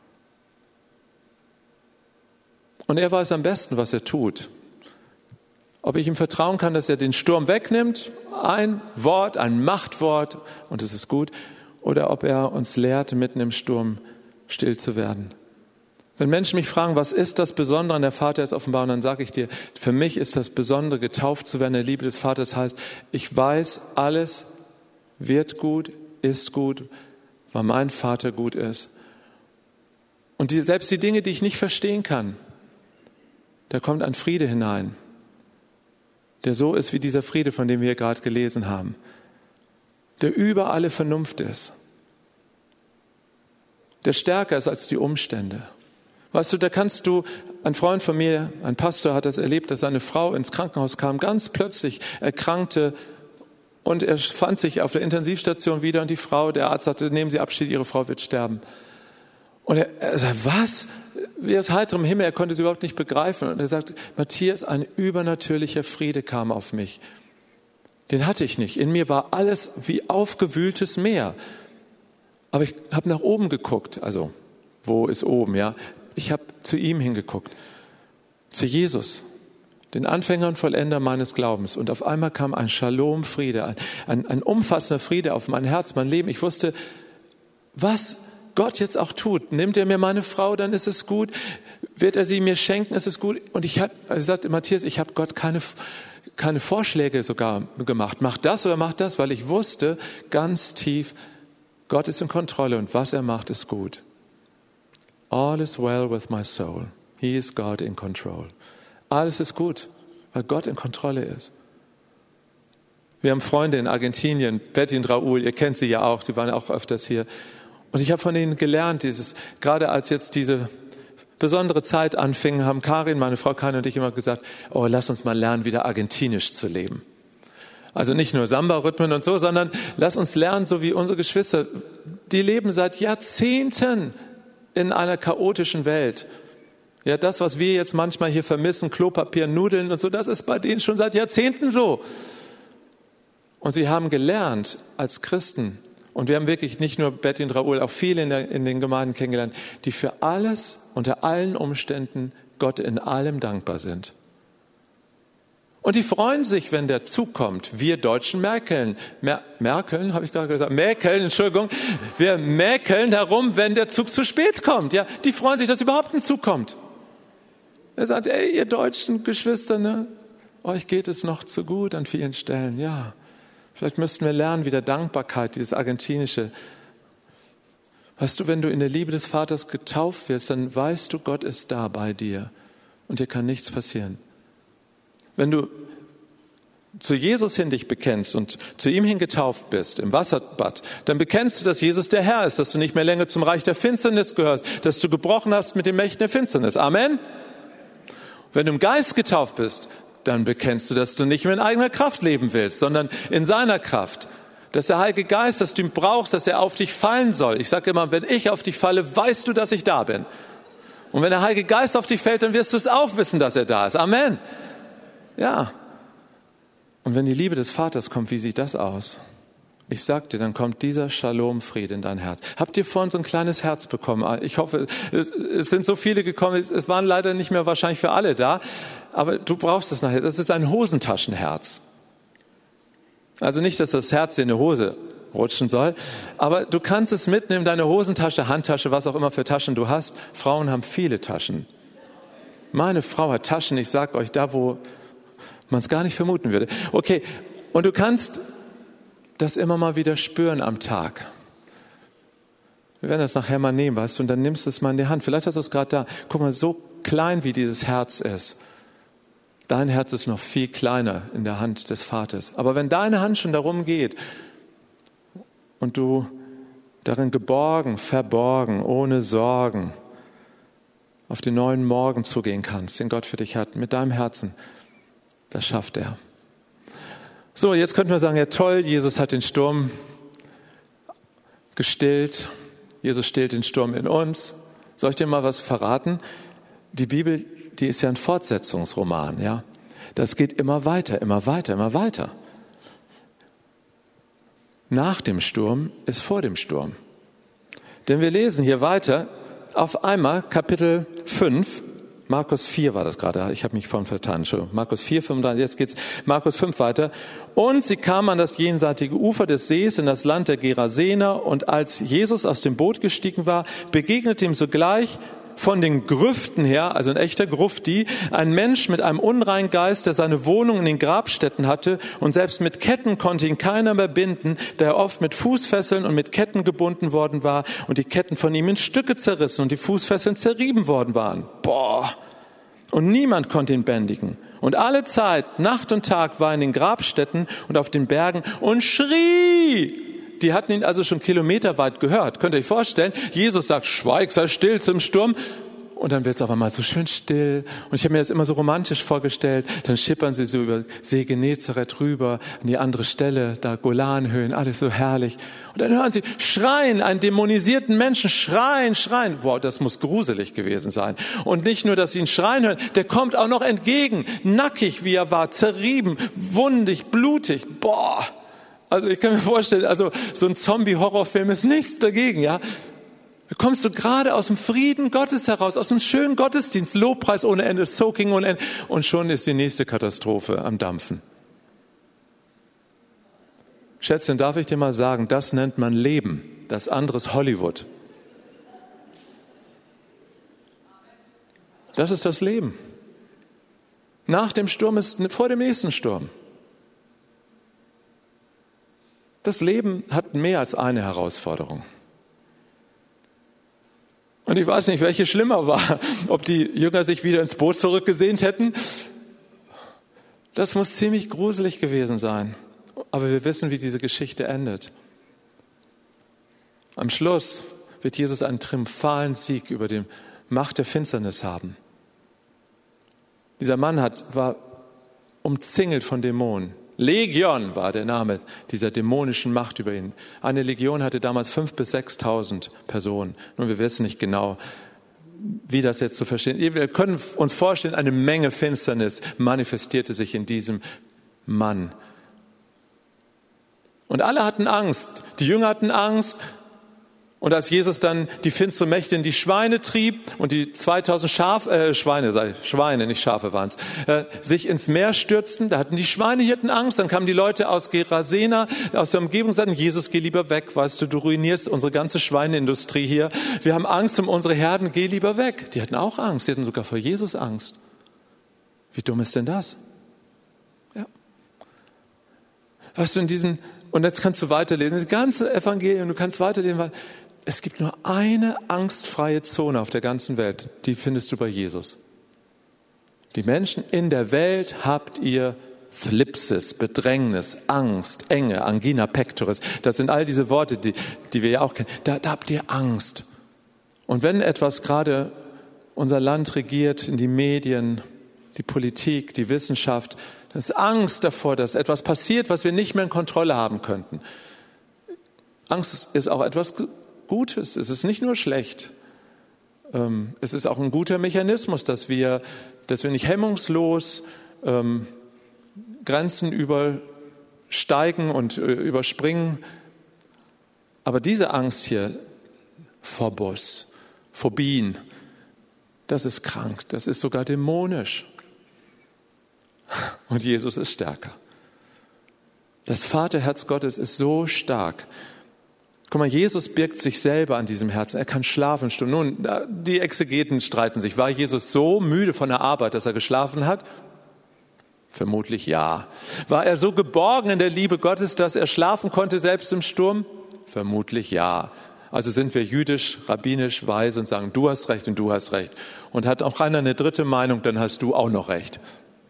Und er weiß am besten, was er tut. Ob ich ihm vertrauen kann, dass er den Sturm wegnimmt, ein Wort, ein Machtwort, und es ist gut, oder ob er uns lehrt, mitten im Sturm still zu werden. Wenn Menschen mich fragen, was ist das Besondere an der Vater ist offenbar, dann sage ich dir, für mich ist das Besondere, getauft zu werden in der Liebe des Vaters, heißt, ich weiß, alles wird gut, ist gut, weil mein Vater gut ist. Und selbst die Dinge, die ich nicht verstehen kann, da kommt ein Friede hinein, der so ist wie dieser Friede, von dem wir gerade gelesen haben, der über alle Vernunft ist, der stärker ist als die Umstände. Weißt du, da kannst du, ein Freund von mir, ein Pastor hat das erlebt, dass seine Frau ins Krankenhaus kam, ganz plötzlich erkrankte, und er fand sich auf der Intensivstation wieder, und der Arzt sagte, nehmen Sie Abschied, Ihre Frau wird sterben. Und er sagt, was? Wie aus heiterem Himmel, er konnte es überhaupt nicht begreifen. Und er sagt, Matthias, ein übernatürlicher Friede kam auf mich. Den hatte ich nicht. In mir war alles wie aufgewühltes Meer. Aber ich habe nach oben geguckt, also wo ist oben, ja? Ich habe zu ihm hingeguckt, zu Jesus, den Anfänger und Vollender meines Glaubens. Und auf einmal kam ein Shalom-Friede, ein umfassender Friede auf mein Herz, mein Leben. Ich wusste, was Gott jetzt auch tut. Nimmt er mir meine Frau, dann ist es gut. Wird er sie mir schenken, ist es gut. Und ich sagte, Matthias, ich habe Gott keine Vorschläge sogar gemacht. Mach das oder mach das, weil ich wusste ganz tief, Gott ist in Kontrolle und was er macht, ist gut. All is well with my soul. He is God in control. Alles ist gut, weil Gott in Kontrolle ist. Wir haben Freunde in Argentinien, Betty und Raúl, ihr kennt sie ja auch, sie waren auch öfters hier. Und ich habe von ihnen gelernt, gerade als jetzt diese besondere Zeit anfing, haben Karin, meine Frau Karin und ich immer gesagt, oh, lass uns mal lernen, wieder argentinisch zu leben. Also nicht nur Samba-Rhythmen und so, sondern lass uns lernen, so wie unsere Geschwister, die leben seit Jahrzehnten in einer chaotischen Welt. Ja, das, was wir jetzt manchmal hier vermissen, Klopapier, Nudeln und so, das ist bei denen schon seit Jahrzehnten so. Und sie haben gelernt, als Christen Und wir haben wirklich nicht nur Betty und Raoul, auch viele in den Gemeinden kennengelernt, die für alles, unter allen Umständen Gott in allem dankbar sind. Und die freuen sich, wenn der Zug kommt. Wir Deutschen mäkeln. Merkeln, habe ich gerade gesagt. Mäkeln, Entschuldigung. Wir mäkeln herum, wenn der Zug zu spät kommt. Ja, die freuen sich, dass überhaupt ein Zug kommt. Er sagt, ey, ihr deutschen Geschwister, ne, euch geht es noch zu gut an vielen Stellen. Ja, vielleicht müssten wir lernen, wieder Dankbarkeit, dieses argentinische. Weißt du, wenn du in der Liebe des Vaters getauft wirst, dann weißt du, Gott ist da bei dir und dir kann nichts passieren. Wenn du zu Jesus hin dich bekennst und zu ihm hin getauft bist, im Wasserbad, dann bekennst du, dass Jesus der Herr ist, dass du nicht mehr länger zum Reich der Finsternis gehörst, dass du gebrochen hast mit den Mächten der Finsternis. Amen. Wenn du im Geist getauft bist, dann bekennst du, dass du nicht mehr in eigener Kraft leben willst, sondern in seiner Kraft. Dass der Heilige Geist, dass du ihn brauchst, dass er auf dich fallen soll. Ich sage immer, wenn ich auf dich falle, weißt du, dass ich da bin. Und wenn der Heilige Geist auf dich fällt, dann wirst du es auch wissen, dass er da ist. Amen. Ja. Und wenn die Liebe des Vaters kommt, wie sieht das aus? Ich sag dir, dann kommt dieser Shalom-Friede in dein Herz. Habt ihr vorhin so ein kleines Herz bekommen? Ich hoffe, es sind so viele gekommen, es waren leider nicht mehr wahrscheinlich für alle da, aber du brauchst es nachher. Das ist ein Hosentaschenherz. Also nicht, dass das Herz dir in eine Hose rutschen soll, aber du kannst es mitnehmen, deine Hosentasche, Handtasche, was auch immer für Taschen du hast. Frauen haben viele Taschen. Meine Frau hat Taschen, ich sag euch, da wo man es gar nicht vermuten würde. Okay, und du kannst das immer mal wieder spüren am Tag. Wir werden das nachher mal nehmen, weißt du, und dann nimmst du es mal in die Hand. Vielleicht hast du es gerade da. Guck mal, so klein wie dieses Herz ist. Dein Herz ist noch viel kleiner in der Hand des Vaters. Aber wenn deine Hand schon darum geht und du darin geborgen, verborgen, ohne Sorgen auf den neuen Morgen zugehen kannst, den Gott für dich hat, mit deinem Herzen, das schafft er. So, jetzt könnten wir sagen, ja toll, Jesus hat den Sturm gestillt. Jesus stillt den Sturm in uns. Soll ich dir mal was verraten? Die Bibel, die ist ja ein Fortsetzungsroman, ja. Das geht immer weiter, immer weiter, immer weiter. Nach dem Sturm ist vor dem Sturm. Denn wir lesen hier weiter, auf einmal Kapitel 5, Markus 4 war das gerade, ich habe mich vorhin vertan, Entschuldigung. Markus 4, 35, jetzt geht's Markus 5 weiter. Und sie kamen an das jenseitige Ufer des Sees in das Land der Gerasener, und als Jesus aus dem Boot gestiegen war, begegnete ihm sogleich von den Grüften her, also ein echter Grufti, ein Mensch mit einem unreinen Geist, der seine Wohnung in den Grabstätten hatte, und selbst mit Ketten konnte ihn keiner mehr binden, da er oft mit Fußfesseln und mit Ketten gebunden worden war und die Ketten von ihm in Stücke zerrissen und die Fußfesseln zerrieben worden waren. Boah! Und niemand konnte ihn bändigen. Und alle Zeit, Nacht und Tag, war er in den Grabstätten und auf den Bergen und schrie. Die hatten ihn also schon kilometerweit gehört. Könnt ihr euch vorstellen? Jesus sagt, schweig, sei still zum Sturm. Und dann wird es auf einmal so schön still. Und ich habe mir das immer so romantisch vorgestellt. Dann schippern sie so über See Genezareth rüber, an die andere Stelle, da Golanhöhen, alles so herrlich. Und dann hören sie schreien, einen dämonisierten Menschen schreien. Boah, das muss gruselig gewesen sein. Und nicht nur, dass sie ihn schreien hören, der kommt auch noch entgegen, nackig wie er war, zerrieben, wundig, blutig. Boah. Also ich kann mir vorstellen, also so ein Zombie-Horrorfilm ist nichts dagegen, ja. Da kommst du gerade aus dem Frieden Gottes heraus, aus einem schönen Gottesdienst, Lobpreis ohne Ende, Soaking ohne Ende, und schon ist die nächste Katastrophe am Dampfen. Schätzchen, darf ich dir mal sagen, das nennt man Leben, das andere ist Hollywood. Das ist das Leben. Nach dem Sturm ist vor dem nächsten Sturm. Das Leben hat mehr als eine Herausforderung. Und ich weiß nicht, welche schlimmer war, ob die Jünger sich wieder ins Boot zurückgesehnt hätten. Das muss ziemlich gruselig gewesen sein. Aber wir wissen, wie diese Geschichte endet. Am Schluss wird Jesus einen triumphalen Sieg über die Macht der Finsternis haben. Dieser Mann war umzingelt von Dämonen. Legion war der Name dieser dämonischen Macht über ihn. Eine Legion hatte damals 5.000 bis 6.000 Personen. Nun, wir wissen nicht genau, wie das jetzt zu verstehen. Wir können uns vorstellen, eine Menge Finsternis manifestierte sich in diesem Mann. Und alle hatten Angst. Die Jünger hatten Angst. Und als Jesus dann die finstere Mächte in die Schweine trieb und die 2000 Schweine, nicht Schafe waren es, sich ins Meer stürzten, da hatten die Schweinehirten Angst. Dann kamen die Leute aus Gerasena, aus der Umgebung und sagten, Jesus, geh lieber weg, weißt du ruinierst unsere ganze Schweineindustrie hier. Wir haben Angst um unsere Herden, geh lieber weg. Die hatten auch Angst, die hatten sogar vor Jesus Angst. Wie dumm ist denn das? Ja. Weißt du, und jetzt kannst du weiterlesen, das ganze Evangelium, du kannst weiterlesen, weil es gibt nur eine angstfreie Zone auf der ganzen Welt, die findest du bei Jesus. Die Menschen in der Welt habt ihr Thlipsis, Bedrängnis, Angst, Enge, Angina pectoris. Das sind all diese Worte, die wir ja auch kennen. Da habt ihr Angst. Und wenn etwas gerade unser Land regiert, in die Medien, die Politik, die Wissenschaft, da ist Angst davor, dass etwas passiert, was wir nicht mehr in Kontrolle haben könnten. Angst ist auch etwas Gutes. Es ist nicht nur schlecht. Es ist auch ein guter Mechanismus, dass wir nicht hemmungslos Grenzen übersteigen und überspringen. Aber diese Angst hier, Phobos, Phobien, das ist krank, das ist sogar dämonisch. Und Jesus ist stärker. Das Vaterherz Gottes ist so stark. Guck mal, Jesus birgt sich selber an diesem Herzen. Er kann schlafen. Nun, die Exegeten streiten sich. War Jesus so müde von der Arbeit, dass er geschlafen hat? Vermutlich ja. War er so geborgen in der Liebe Gottes, dass er schlafen konnte, selbst im Sturm? Vermutlich ja. Also sind wir jüdisch, rabbinisch, weise und sagen, du hast recht und du hast recht. Und hat auch einer eine dritte Meinung, dann hast du auch noch recht.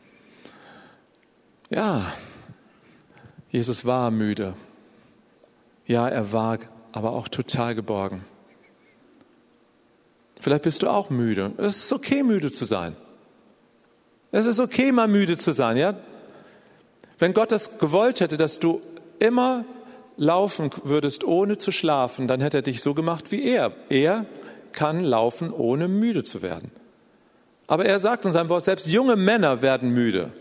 Ja, Jesus war müde. Ja, er war aber auch total geborgen. Vielleicht bist du auch müde. Es ist okay, müde zu sein. Es ist okay, mal müde zu sein, ja? Wenn Gott das gewollt hätte, dass du immer laufen würdest, ohne zu schlafen, dann hätte er dich so gemacht wie er. Er kann laufen, ohne müde zu werden. Aber er sagt in seinem Wort, selbst junge Männer werden müde.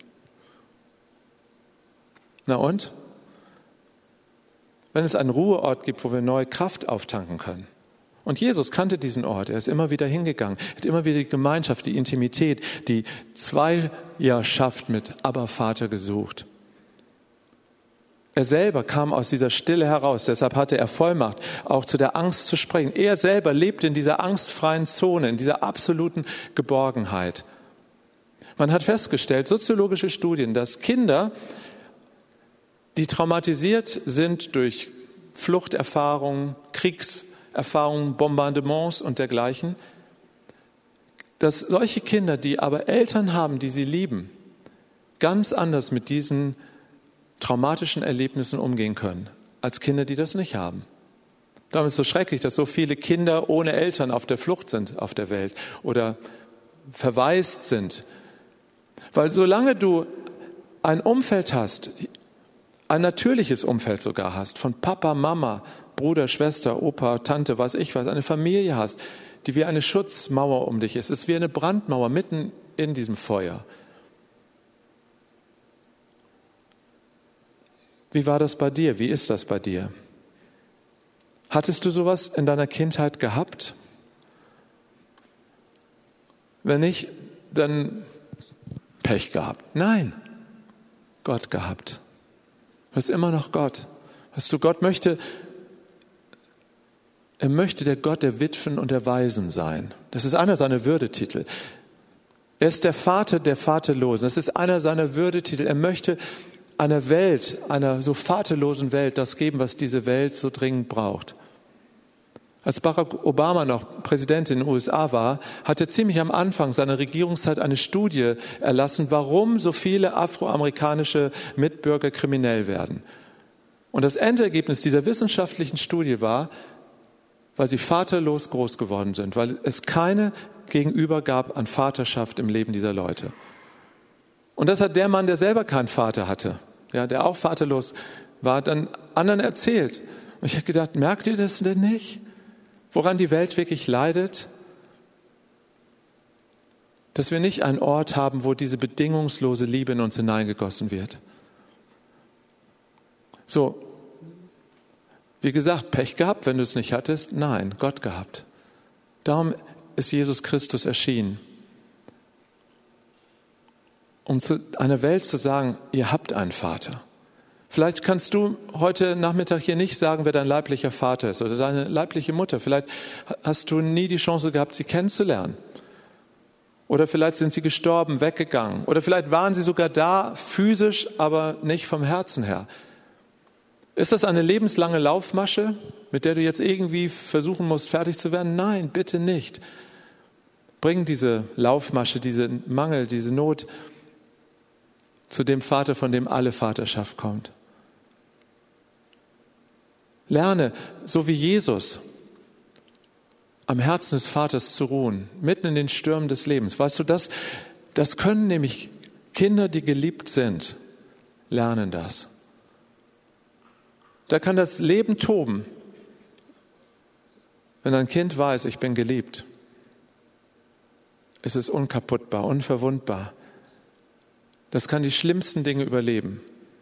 Na und? Wenn es einen Ruheort gibt, wo wir neue Kraft auftanken können. Und Jesus kannte diesen Ort. Er ist immer wieder hingegangen. Er hat immer wieder die Gemeinschaft, die Intimität, die Zweierschaft mit Abba Vater gesucht. Er selber kam aus dieser Stille heraus. Deshalb hatte er Vollmacht, auch zu der Angst zu sprechen. Er selber lebte in dieser angstfreien Zone, in dieser absoluten Geborgenheit. Man hat festgestellt, soziologische Studien, dass Kinder, die traumatisiert sind durch Fluchterfahrungen, Kriegserfahrungen, Bombardements und dergleichen, dass solche Kinder, die aber Eltern haben, die sie lieben, ganz anders mit diesen traumatischen Erlebnissen umgehen können, als Kinder, die das nicht haben. Darum ist es so schrecklich, dass so viele Kinder ohne Eltern auf der Flucht sind auf der Welt oder verwaist sind. Weil solange du ein Umfeld hast, ein natürliches Umfeld sogar hast, von Papa, Mama, Bruder, Schwester, Opa, Tante, was ich weiß, eine Familie hast, die wie eine Schutzmauer um dich ist. Es ist wie eine Brandmauer mitten in diesem Feuer. Wie war das bei dir? Wie ist das bei dir? Hattest du sowas in deiner Kindheit gehabt? Wenn nicht, dann Pech gehabt. Nein, Gott gehabt. Du hast immer noch Gott. Weißt du, Gott möchte der Gott der Witwen und der Waisen sein. Das ist einer seiner Würdetitel. Er ist der Vater der Vaterlosen. Das ist einer seiner Würdetitel. Er möchte einer Welt, einer so vaterlosen Welt, das geben, was diese Welt so dringend braucht. Als Barack Obama noch Präsident in den USA war, hat er ziemlich am Anfang seiner Regierungszeit eine Studie erlassen, warum so viele afroamerikanische Mitbürger kriminell werden. Und das Endergebnis dieser wissenschaftlichen Studie war, weil sie vaterlos groß geworden sind, weil es keine Gegenüber gab an Vaterschaft im Leben dieser Leute. Und das hat der Mann, der selber keinen Vater hatte, ja, der auch vaterlos war, dann anderen erzählt. Und ich habe gedacht, merkt ihr das denn nicht? Woran die Welt wirklich leidet? Dass wir nicht einen Ort haben, wo diese bedingungslose Liebe in uns hineingegossen wird. So, Wie gesagt, Pech gehabt, wenn du es nicht hattest? Nein, Gott gehabt. Darum ist Jesus Christus erschienen. Um zu einer Welt zu sagen, ihr habt einen Vater. Vielleicht kannst du heute Nachmittag hier nicht sagen, wer dein leiblicher Vater ist oder deine leibliche Mutter. Vielleicht hast du nie die Chance gehabt, sie kennenzulernen. Oder vielleicht sind sie gestorben, weggegangen. Oder vielleicht waren sie sogar da, physisch, aber nicht vom Herzen her. Ist das eine lebenslange Laufmasche, mit der du jetzt irgendwie versuchen musst, fertig zu werden? Nein, bitte nicht. Bring diese Laufmasche, diesen Mangel, diese Not zu dem Vater, von dem alle Vaterschaft kommt. Lerne, so wie Jesus, am Herzen des Vaters zu ruhen, mitten in den Stürmen des Lebens. Weißt du, das können nämlich Kinder, die geliebt sind, lernen das. Da kann das Leben toben, wenn ein Kind weiß, ich bin geliebt. Es ist unkaputtbar, unverwundbar. Das kann die schlimmsten Dinge überleben.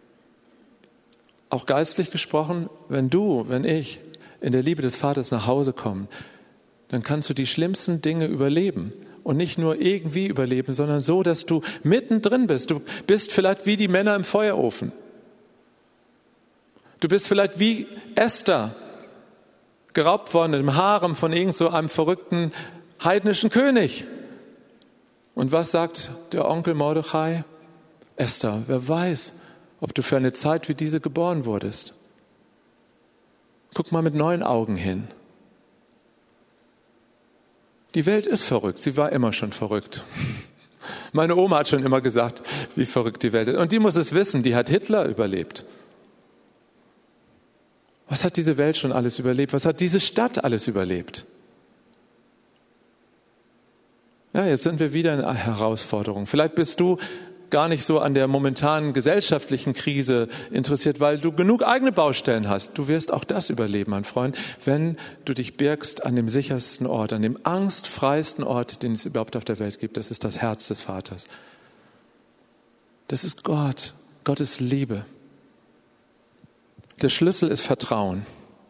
Auch geistlich gesprochen, wenn ich in der Liebe des Vaters nach Hause komme, dann kannst du die schlimmsten Dinge überleben. Und nicht nur irgendwie überleben, sondern so, dass du mittendrin bist. Du bist vielleicht wie die Männer im Feuerofen. Du bist vielleicht wie Esther, geraubt worden im Harem von irgend so einem verrückten heidnischen König. Und was sagt der Onkel Mordechai? Esther, wer weiß, ob du für eine Zeit wie diese geboren wurdest. Guck mal mit neuen Augen hin. Die Welt ist verrückt, sie war immer schon verrückt. Meine Oma hat schon immer gesagt, wie verrückt die Welt ist. Und die muss es wissen, die hat Hitler überlebt. Was hat diese Welt schon alles überlebt? Was hat diese Stadt alles überlebt? Ja, jetzt sind wir wieder in einer Herausforderung. Vielleicht bist du gar nicht so an der momentanen gesellschaftlichen Krise interessiert, weil du genug eigene Baustellen hast. Du wirst auch das überleben, mein Freund, wenn du dich birgst an dem sichersten Ort, an dem angstfreiesten Ort, den es überhaupt auf der Welt gibt. Das ist das Herz des Vaters. Das ist Gott, Gottes Liebe. Der Schlüssel ist Vertrauen.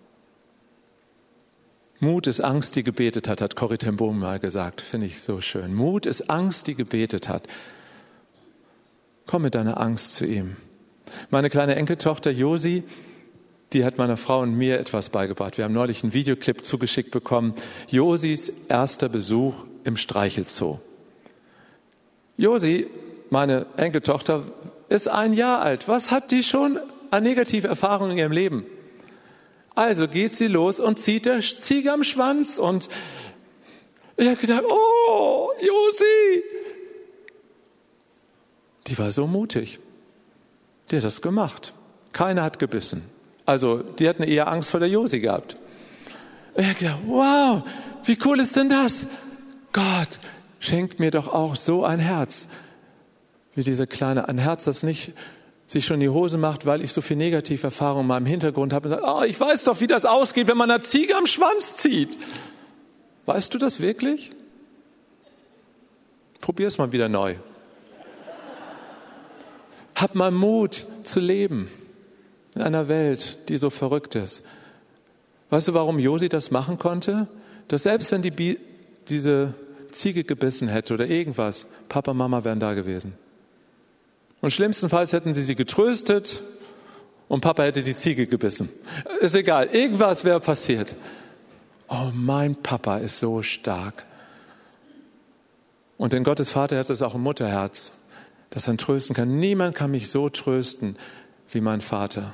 Mut ist Angst, die gebetet hat Corrie ten Boom mal gesagt. Finde ich so schön. Mut ist Angst, die gebetet hat. Komm mit deiner Angst zu ihm. Meine kleine Enkeltochter Josi, die hat meiner Frau und mir etwas beigebracht. Wir haben neulich einen Videoclip zugeschickt bekommen. Josis erster Besuch im Streichelzoo. Josi, meine Enkeltochter, ist 1 Jahr alt. Was hat die schon an negative Erfahrungen in ihrem Leben? Also geht sie los und zieht der Ziege am Schwanz. Und ich habe gedacht, oh, Josi. Die war so mutig. Die hat das gemacht. Keiner hat gebissen. Also die hatten eher Angst vor der Josi gehabt. Ich habe gedacht, wow, wie cool ist denn das? Gott schenkt mir doch auch so ein Herz. Wie dieser kleine, ein Herz, das nicht sich schon in die Hose macht, weil ich so viel Negativerfahrung in meinem Hintergrund habe und sage, oh, ich weiß doch, wie das ausgeht, wenn man einer Ziege am Schwanz zieht. Weißt du das wirklich? Probier es mal wieder neu. Hab mal Mut zu leben in einer Welt, die so verrückt ist. Weißt du, warum Josi das machen konnte? Dass selbst wenn diese Ziege gebissen hätte oder irgendwas, Papa, Mama wären da gewesen. Und schlimmstenfalls hätten sie getröstet und Papa hätte die Ziege gebissen. Ist egal, irgendwas wäre passiert. Oh, mein Papa ist so stark. Und in Gottes Vaterherz ist auch ein Mutterherz, das dann trösten kann. Niemand kann mich so trösten wie mein Vater.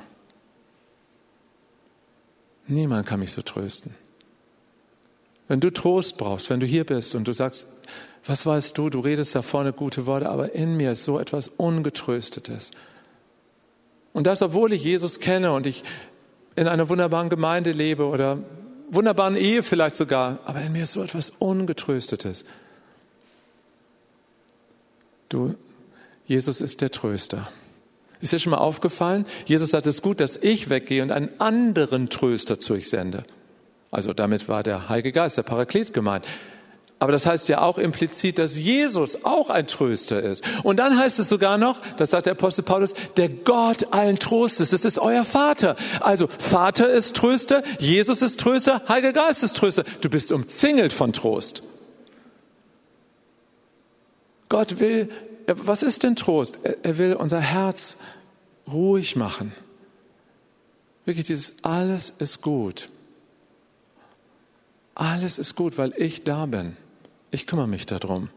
Niemand kann mich so trösten. Wenn du Trost brauchst, wenn du hier bist und du sagst, was weißt du, du redest da vorne gute Worte, aber in mir ist so etwas Ungetröstetes. Und das, obwohl ich Jesus kenne und ich in einer wunderbaren Gemeinde lebe oder wunderbaren Ehe vielleicht sogar, aber in mir ist so etwas Ungetröstetes. Jesus ist der Tröster. Ist dir schon mal aufgefallen? Jesus sagt, es ist gut, dass ich weggehe und einen anderen Tröster zu euch sende. Also damit war der Heilige Geist, der Paraklet gemeint. Aber das heißt ja auch implizit, dass Jesus auch ein Tröster ist. Und dann heißt es sogar noch, das sagt der Apostel Paulus, der Gott allen Trostes, das ist euer Vater. Also Vater ist Tröster, Jesus ist Tröster, Heiliger Geist ist Tröster. Du bist umzingelt von Trost. Gott will, was ist denn Trost? Er will unser Herz ruhig machen. Wirklich dieses alles ist gut. Alles ist gut, weil ich da bin. Ich kümmere mich darum.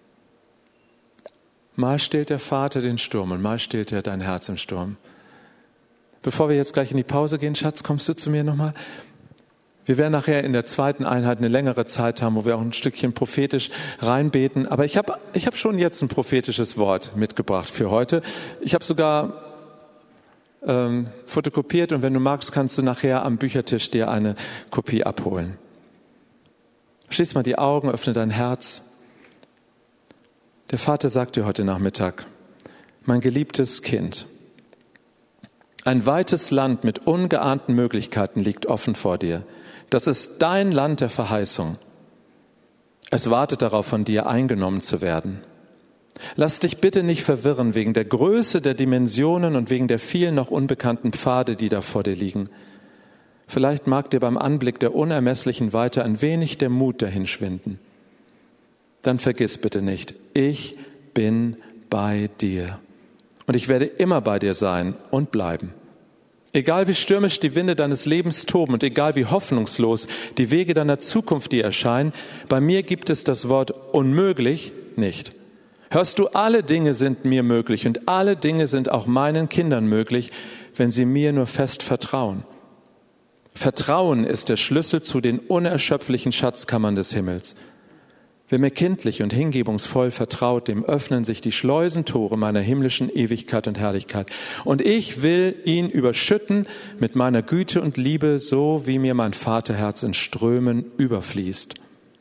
Mal stillt der Vater den Sturm und mal stillt er dein Herz im Sturm. Bevor wir jetzt gleich in die Pause gehen, Schatz, kommst du zu mir nochmal? Wir werden nachher in der zweiten Einheit eine längere Zeit haben, wo wir auch ein Stückchen prophetisch reinbeten. Aber ich hab schon jetzt ein prophetisches Wort mitgebracht für heute. Ich habe sogar fotokopiert und wenn du magst, kannst du nachher am Büchertisch dir eine Kopie abholen. Schließ mal die Augen, öffne dein Herz. Der Vater sagt dir heute Nachmittag, mein geliebtes Kind, ein weites Land mit ungeahnten Möglichkeiten liegt offen vor dir. Das ist dein Land der Verheißung. Es wartet darauf, von dir eingenommen zu werden. Lass dich bitte nicht verwirren wegen der Größe der Dimensionen und wegen der vielen noch unbekannten Pfade, die da vor dir liegen. Vielleicht mag dir beim Anblick der unermesslichen Weite ein wenig der Mut dahinschwinden. Dann vergiss bitte nicht, ich bin bei dir. Und ich werde immer bei dir sein und bleiben. Egal wie stürmisch die Winde deines Lebens toben und egal wie hoffnungslos die Wege deiner Zukunft dir erscheinen, bei mir gibt es das Wort unmöglich nicht. Hörst du, alle Dinge sind mir möglich und alle Dinge sind auch meinen Kindern möglich, wenn sie mir nur fest vertrauen. Vertrauen ist der Schlüssel zu den unerschöpflichen Schatzkammern des Himmels. Wer mir kindlich und hingebungsvoll vertraut, dem öffnen sich die Schleusentore meiner himmlischen Ewigkeit und Herrlichkeit. Und ich will ihn überschütten mit meiner Güte und Liebe, so wie mir mein Vaterherz in Strömen überfließt.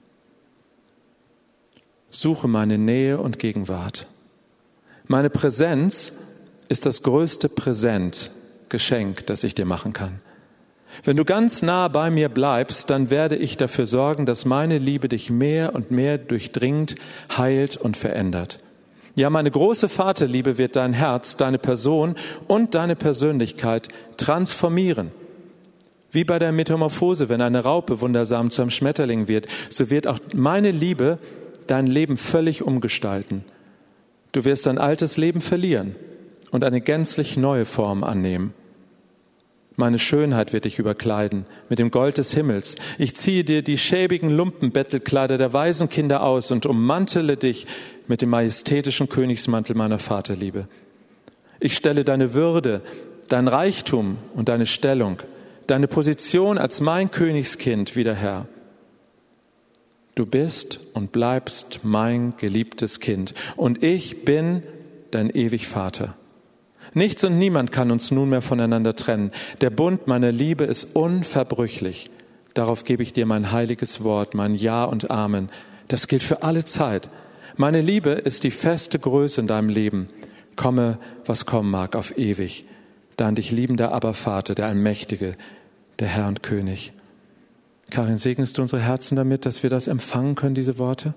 Suche meine Nähe und Gegenwart. Meine Präsenz ist das größte Geschenk, das ich dir machen kann. Wenn du ganz nah bei mir bleibst, dann werde ich dafür sorgen, dass meine Liebe dich mehr und mehr durchdringt, heilt und verändert. Ja, meine große Vaterliebe wird dein Herz, deine Person und deine Persönlichkeit transformieren. Wie bei der Metamorphose, wenn eine Raupe wundersam zu einem Schmetterling wird, so wird auch meine Liebe dein Leben völlig umgestalten. Du wirst dein altes Leben verlieren und eine gänzlich neue Form annehmen. Meine Schönheit wird dich überkleiden mit dem Gold des Himmels. Ich ziehe dir die schäbigen Lumpenbettelkleider der Waisenkinder aus und ummantele dich mit dem majestätischen Königsmantel meiner Vaterliebe. Ich stelle deine Würde, dein Reichtum und deine Stellung, deine Position als mein Königskind wieder her. Du bist und bleibst mein geliebtes Kind und ich bin dein ewig Vater. Nichts und niemand kann uns nunmehr voneinander trennen. Der Bund meiner Liebe ist unverbrüchlich. Darauf gebe ich dir mein heiliges Wort, mein Ja und Amen. Das gilt für alle Zeit. Meine Liebe ist die feste Größe in deinem Leben. Komme, was kommen mag, auf ewig. Dein dich liebender Abba-Vater, der Allmächtige, der Herr und König. Karin, segnest du unsere Herzen damit, dass wir das empfangen können, diese Worte?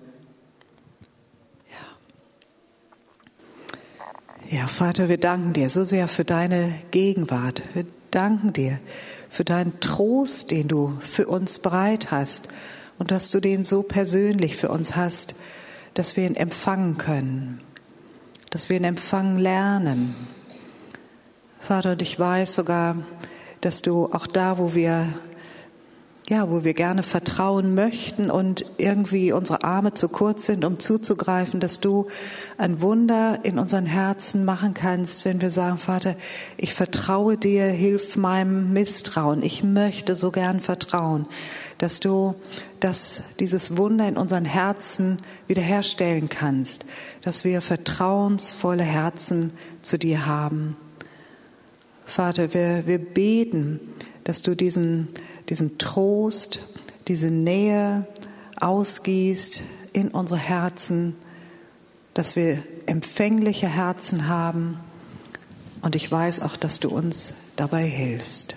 Ja, Vater, wir danken dir so sehr für deine Gegenwart. Wir danken dir für deinen Trost, den du für uns bereit hast und dass du den so persönlich für uns hast, dass wir ihn empfangen können, dass wir ihn empfangen lernen. Vater, und ich weiß sogar, dass du auch da, wo wir gerne vertrauen möchten und irgendwie unsere Arme zu kurz sind, um zuzugreifen, dass du ein Wunder in unseren Herzen machen kannst, wenn wir sagen, Vater, ich vertraue dir, hilf meinem Misstrauen. Ich möchte so gern vertrauen, dass du dieses Wunder in unseren Herzen wiederherstellen kannst, dass wir vertrauensvolle Herzen zu dir haben. Vater, wir beten, dass du diesen Trost, diese Nähe ausgießt in unsere Herzen, dass wir empfängliche Herzen haben. Und ich weiß auch, dass du uns dabei hilfst.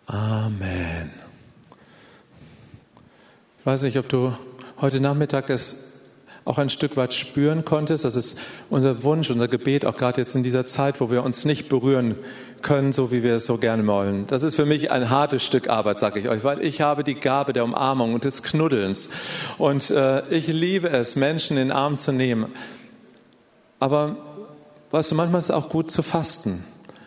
Amen. Ich weiß nicht, ob du heute Nachmittag es auch ein Stück weit spüren konntest. Das ist unser Wunsch, unser Gebet, auch gerade jetzt in dieser Zeit, wo wir uns nicht berühren können, so wie wir es so gerne wollen. Das ist für mich ein hartes Stück Arbeit, sage ich euch, weil ich habe die Gabe der Umarmung und des Knuddelns. Und ich liebe es, Menschen in den Arm zu nehmen. Aber weißt du, manchmal ist es auch gut zu fasten.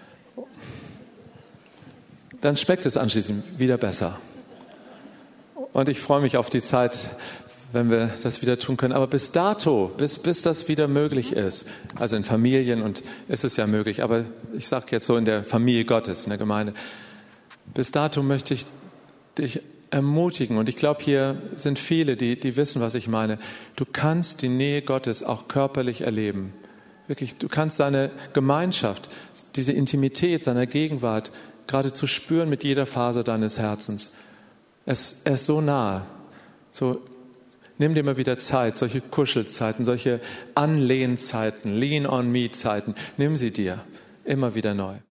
Dann schmeckt es anschließend wieder besser. Und ich freue mich auf die Zeit, wenn wir das wieder tun können. Aber bis dato, bis das wieder möglich ist, also in Familien und ist es ja möglich, aber ich sage jetzt so in der Familie Gottes, in der Gemeinde, bis dato möchte ich dich ermutigen. Und ich glaube, hier sind viele, die wissen, was ich meine. Du kannst die Nähe Gottes auch körperlich erleben. Wirklich, du kannst seine Gemeinschaft, diese Intimität seiner Gegenwart geradezu spüren mit jeder Faser deines Herzens. Er ist so nahe. So, nimm dir mal wieder Zeit, solche Kuschelzeiten, solche Anlehnzeiten, Lean-on-Me-Zeiten. Nimm sie dir immer wieder neu.